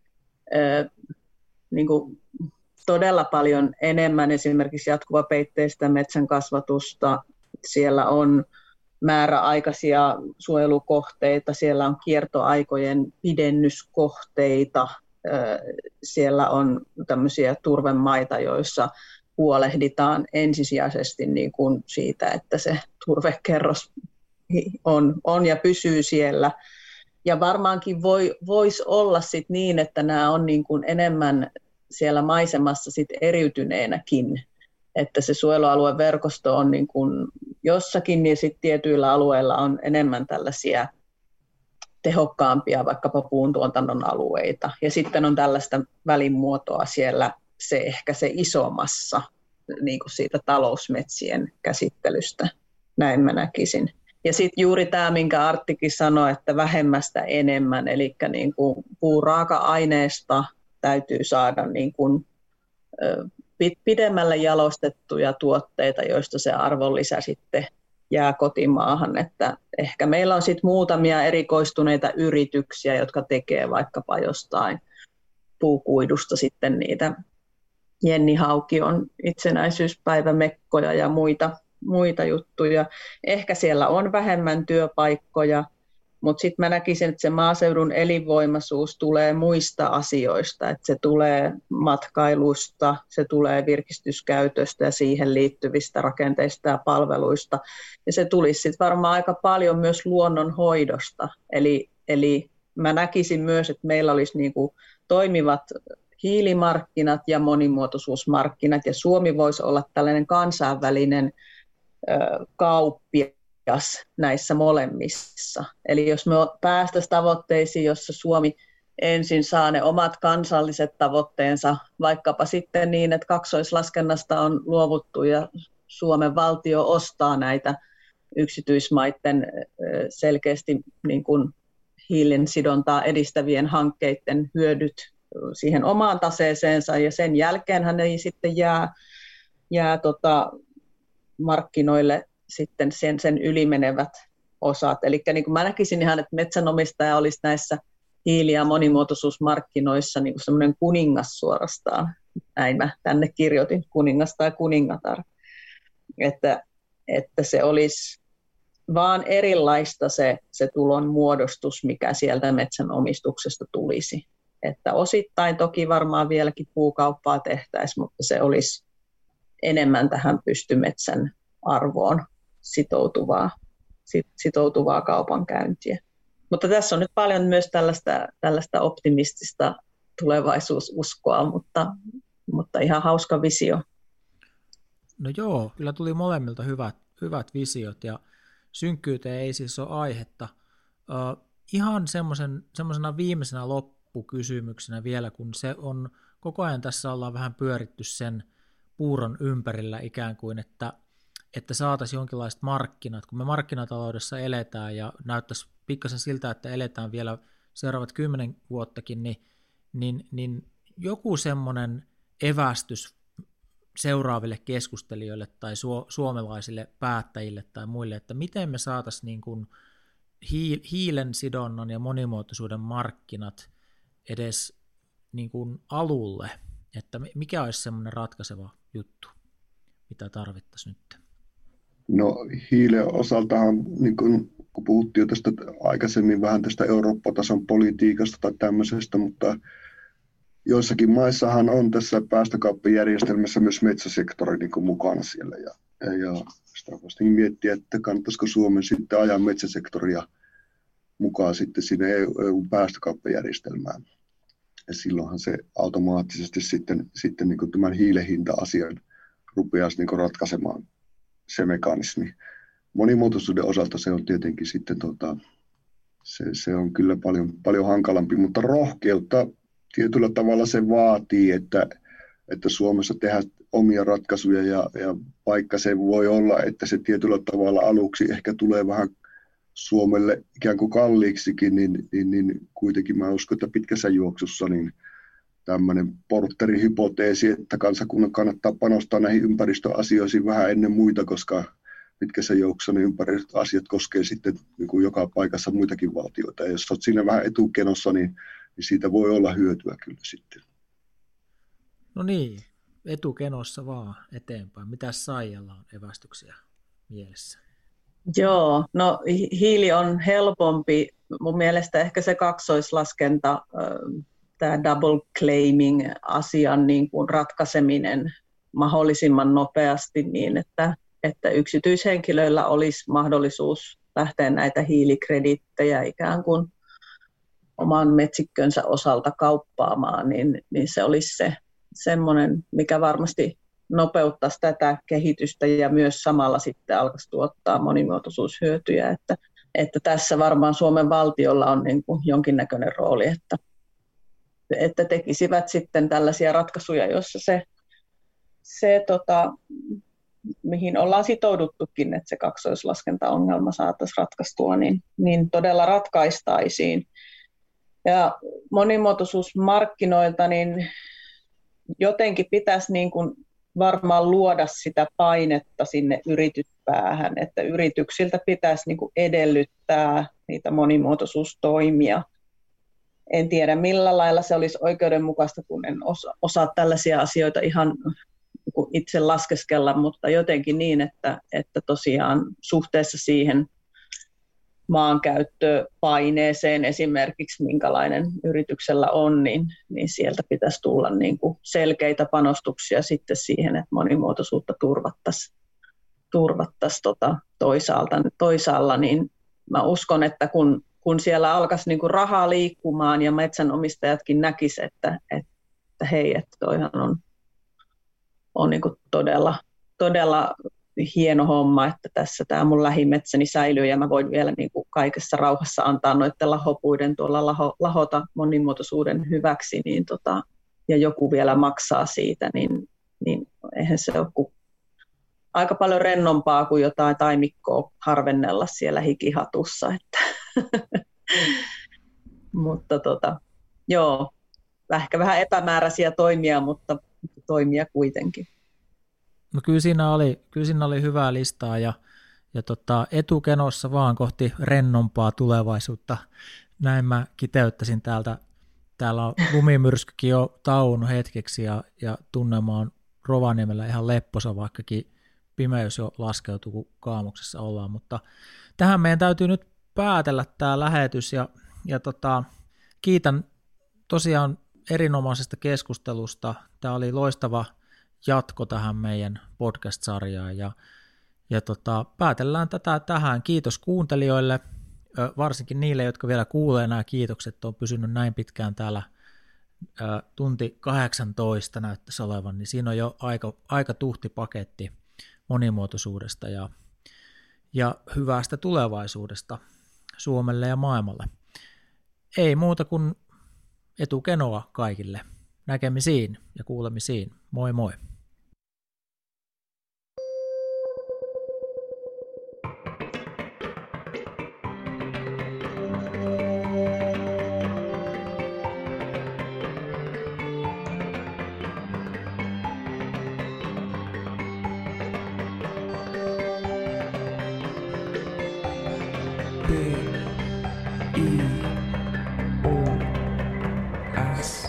äh, niin kuin todella paljon enemmän esimerkiksi jatkuvapeitteistä metsän kasvatusta. Siellä on määräaikaisia suojelukohteita, siellä on kiertoaikojen pidennyskohteita, äh, siellä on tämmöisiä turvemaita, joissa huolehditaan ensisijaisesti niin kuin siitä, että se turvekerros on, on ja pysyy siellä. Ja varmaankin voi, voisi olla sit niin, että nämä on niin kuin enemmän siellä maisemassa sit eriytyneenäkin, että se suojelualueverkosto on niin kuin jossakin ja sitten tietyillä alueilla on enemmän tällaisia tehokkaampia vaikkapa puuntuotannon alueita. Ja sitten on tällaista välimuotoa siellä, se ehkä se isommassa niin kuin siitä talousmetsien käsittelystä, näin mä näkisin. Ja sitten juuri tämä, minkä Arttikin sanoi, että vähemmästä enemmän, eli niin kuin puuraaka-aineesta täytyy saada niin kuin pidemmälle jalostettuja tuotteita, joista se arvonlisä sitten jää kotimaahan. Että ehkä meillä on sitten muutamia erikoistuneita yrityksiä, jotka tekee vaikkapa jostain puukuidusta sitten niitä Jenni Haukion itsenäisyyspäivämekkoja ja muita, muita juttuja. Ehkä siellä on vähemmän työpaikkoja, mutta sitten mä näkisin, että se maaseudun elinvoimaisuus tulee muista asioista, että se tulee matkailusta, se tulee virkistyskäytöstä ja siihen liittyvistä rakenteista ja palveluista. Ja se tulisi sitten varmaan aika paljon myös luonnonhoidosta. Eli, eli mä näkisin myös, että meillä olisi niinku toimivat hiilimarkkinat ja monimuotoisuusmarkkinat, ja Suomi voisi olla tällainen kansainvälinen ö, kauppias näissä molemmissa. Eli jos me päästäisiin tavoitteisiin, jossa Suomi ensin saa ne omat kansalliset tavoitteensa, vaikkapa sitten niin, että kaksoislaskennasta on luovuttu ja Suomen valtio ostaa näitä yksityismaiden selkeästi niin kuin hiilen sidontaa edistävien hankkeiden hyödyt siihen omaan taseeseensa, ja sen jälkeenhän ne sitten jää, jää tota markkinoille sitten sen, sen ylimenevät osat. Eli niin kuin mä näkisin ihan, että metsänomistaja olisi näissä hiili- ja monimuotoisuusmarkkinoissa niin kuin semmoinen kuningas suorastaan. Näin mä tänne kirjoitin, kuningas tai kuningatar. Että, että se olisi vaan erilaista se, se tulon muodostus, mikä sieltä metsänomistuksesta tulisi. Että osittain toki varmaan vieläkin puukauppaa tehtäisiin, mutta se olisi enemmän tähän pystymetsän arvoon sitoutuvaa, sitoutuvaa kaupankäyntiä. Mutta tässä on nyt paljon myös tällaista, tällaista optimistista tulevaisuususkoa, mutta, mutta ihan hauska visio. No joo, kyllä tuli molemmilta hyvät, hyvät visiot ja synkkyyteen ei siis ole aihetta. Uh, ihan semmoisena viimeisenä loppukysymyksenä vielä, kun se on koko ajan tässä ollaan vähän pyöritty sen puuron ympärillä ikään kuin, että, että saataisiin jonkinlaiset markkinat, kun me markkinataloudessa eletään ja näyttäisi pikkasen siltä, että eletään vielä seuraavat kymmenen vuottakin, niin, niin, niin joku semmoinen evästys seuraaville keskustelijoille tai su- suomalaisille päättäjille tai muille, että miten me saataisiin niin kuin hiilen sidonnan ja monimuotoisuuden markkinat edes niin kuin alulle, että mikä olisi semmoinen ratkaiseva juttu, mitä tarvittaisiin nyt? No hiilen osaltahan, niin kun, kun puhuttiin jo tästä aikaisemmin vähän tästä Eurooppa-tason politiikasta tai tämmöisestä, mutta joissakin maissahan on tässä päästökauppajärjestelmässä myös metsäsektori niin kuin mukana siellä. Ja, ja sitä voisi miettiä, että kannattaisiko Suomen sitten ajaa metsäsektoria mukaan sitten sinne E U-päästökauppajärjestelmään. Ja silloinhan se automaattisesti sitten, sitten niin kuin tämän hiilehinta-asian rupeaisi niin kuin ratkaisemaan se mekanismi. Monimuotoisuuden osalta se on tietenkin sitten, tota, se, se on kyllä paljon, paljon hankalampi, mutta rohkeutta tietyllä tavalla se vaatii, että, että Suomessa tehdään omia ratkaisuja ja, ja vaikka se voi olla, että se tietyllä tavalla aluksi ehkä tulee vähän Suomelle ikään kuin kalliiksikin, niin, niin, niin kuitenkin mä uskon, että pitkässä juoksussa niin tämmöinen porterihypoteesi, että kansakunnan kannattaa panostaa näihin ympäristöasioihin vähän ennen muita, koska pitkässä juoksussa ne ympäristöasiat koskee sitten niin kuin joka paikassa muitakin valtioita. Ja jos olet siinä vähän etukenossa, niin niin siitä voi olla hyötyä kyllä sitten. No niin, etukenossa vaan eteenpäin. Mitäs Saijalla on evästyksiä mielessä? Joo, no hiili on helpompi. Mun mielestä ehkä se kaksoislaskenta, tämä double claiming asian niin kuin ratkaiseminen mahdollisimman nopeasti niin, että, että yksityishenkilöillä olisi mahdollisuus lähteä näitä hiilikrediittejä ikään kuin oman metsikkönsä osalta kauppaamaan, niin, niin se olisi se semmoinen, mikä varmasti nopeuttaisi tätä kehitystä ja myös samalla sitten alkaisi tuottaa monimuotoisuushyötyjä, että, että tässä varmaan Suomen valtiolla on niin kuin jonkinnäköinen rooli, että, että tekisivät sitten tällaisia ratkaisuja, joissa se, se tota, mihin ollaan sitouduttukin, että se kaksoislaskentaongelma saataisiin ratkaistua, niin, niin todella ratkaistaisiin. Ja monimuotoisuusmarkkinoilta niin jotenkin pitäisi niin kuin varmaan luoda sitä painetta sinne yrityspäähän, että yrityksiltä pitäisi niin kuin edellyttää niitä monimuotoisuustoimia. En tiedä, millä lailla se olisi oikeudenmukaista, kun en osa, osaa tällaisia asioita ihan itse laskeskella, mutta jotenkin niin, että, että tosiaan suhteessa siihen maankäyttöpaineeseen esimerkiksi, minkälainen yrityksellä on, niin, niin sieltä pitäisi tulla niin kuin selkeitä panostuksia sitten siihen, että monimuotoisuutta turvattaisiin turvattaisi tota toisaalta, toisaalla, niin mä uskon, että kun, kun siellä alkaisi niin kuin rahaa liikkumaan ja metsänomistajatkin näkisivät, että, että hei, että toihan on, on niin kuin todella, todella hieno homma, että tässä tämä mun lähimetsäni säilyy ja mä voin vielä niin kuin kaikessa rauhassa antaa noiden lahopuiden tuolla laho, lahota monimuotoisuuden hyväksi, niin tota, ja joku vielä maksaa siitä, niin, niin eihän se ole kuin aika paljon rennompaa kuin jotain taimikkoa harvennella siellä hikihatussa. Että mutta tota, joo, ehkä vähän epämääräisiä toimia, mutta toimia kuitenkin. No kyllä siinä oli, kyllä siinä oli hyvää listaa ja, ja tota, etukenossa vaan kohti rennompaa tulevaisuutta. Näin mä kiteyttäisin täältä. Täällä on lumimyrskykin jo tauonnut hetkeksi ja, ja tunnelma on Rovaniemellä ihan lepposa, vaikkakin pimeys jo laskeutuu, kun kaamuksessa ollaan. Mutta tähän meidän täytyy nyt päätellä tämä lähetys ja, ja tota, kiitän tosiaan erinomaisesta keskustelusta. Tämä oli loistava jatko tähän meidän podcast-sarjaan ja, ja tota, päätellään tätä tähän. Kiitos kuuntelijoille, varsinkin niille, jotka vielä kuulee nämä kiitokset, on pysynyt näin pitkään täällä, tunti kahdeksantoista näyttäisi olevan, niin siinä on jo aika, aika tuhti paketti monimuotoisuudesta ja, ja hyvästä tulevaisuudesta Suomelle ja maailmalle. Ei muuta kuin etukenoa kaikille. Näkemisiin ja kuulemisiin. Moi moi. B I O S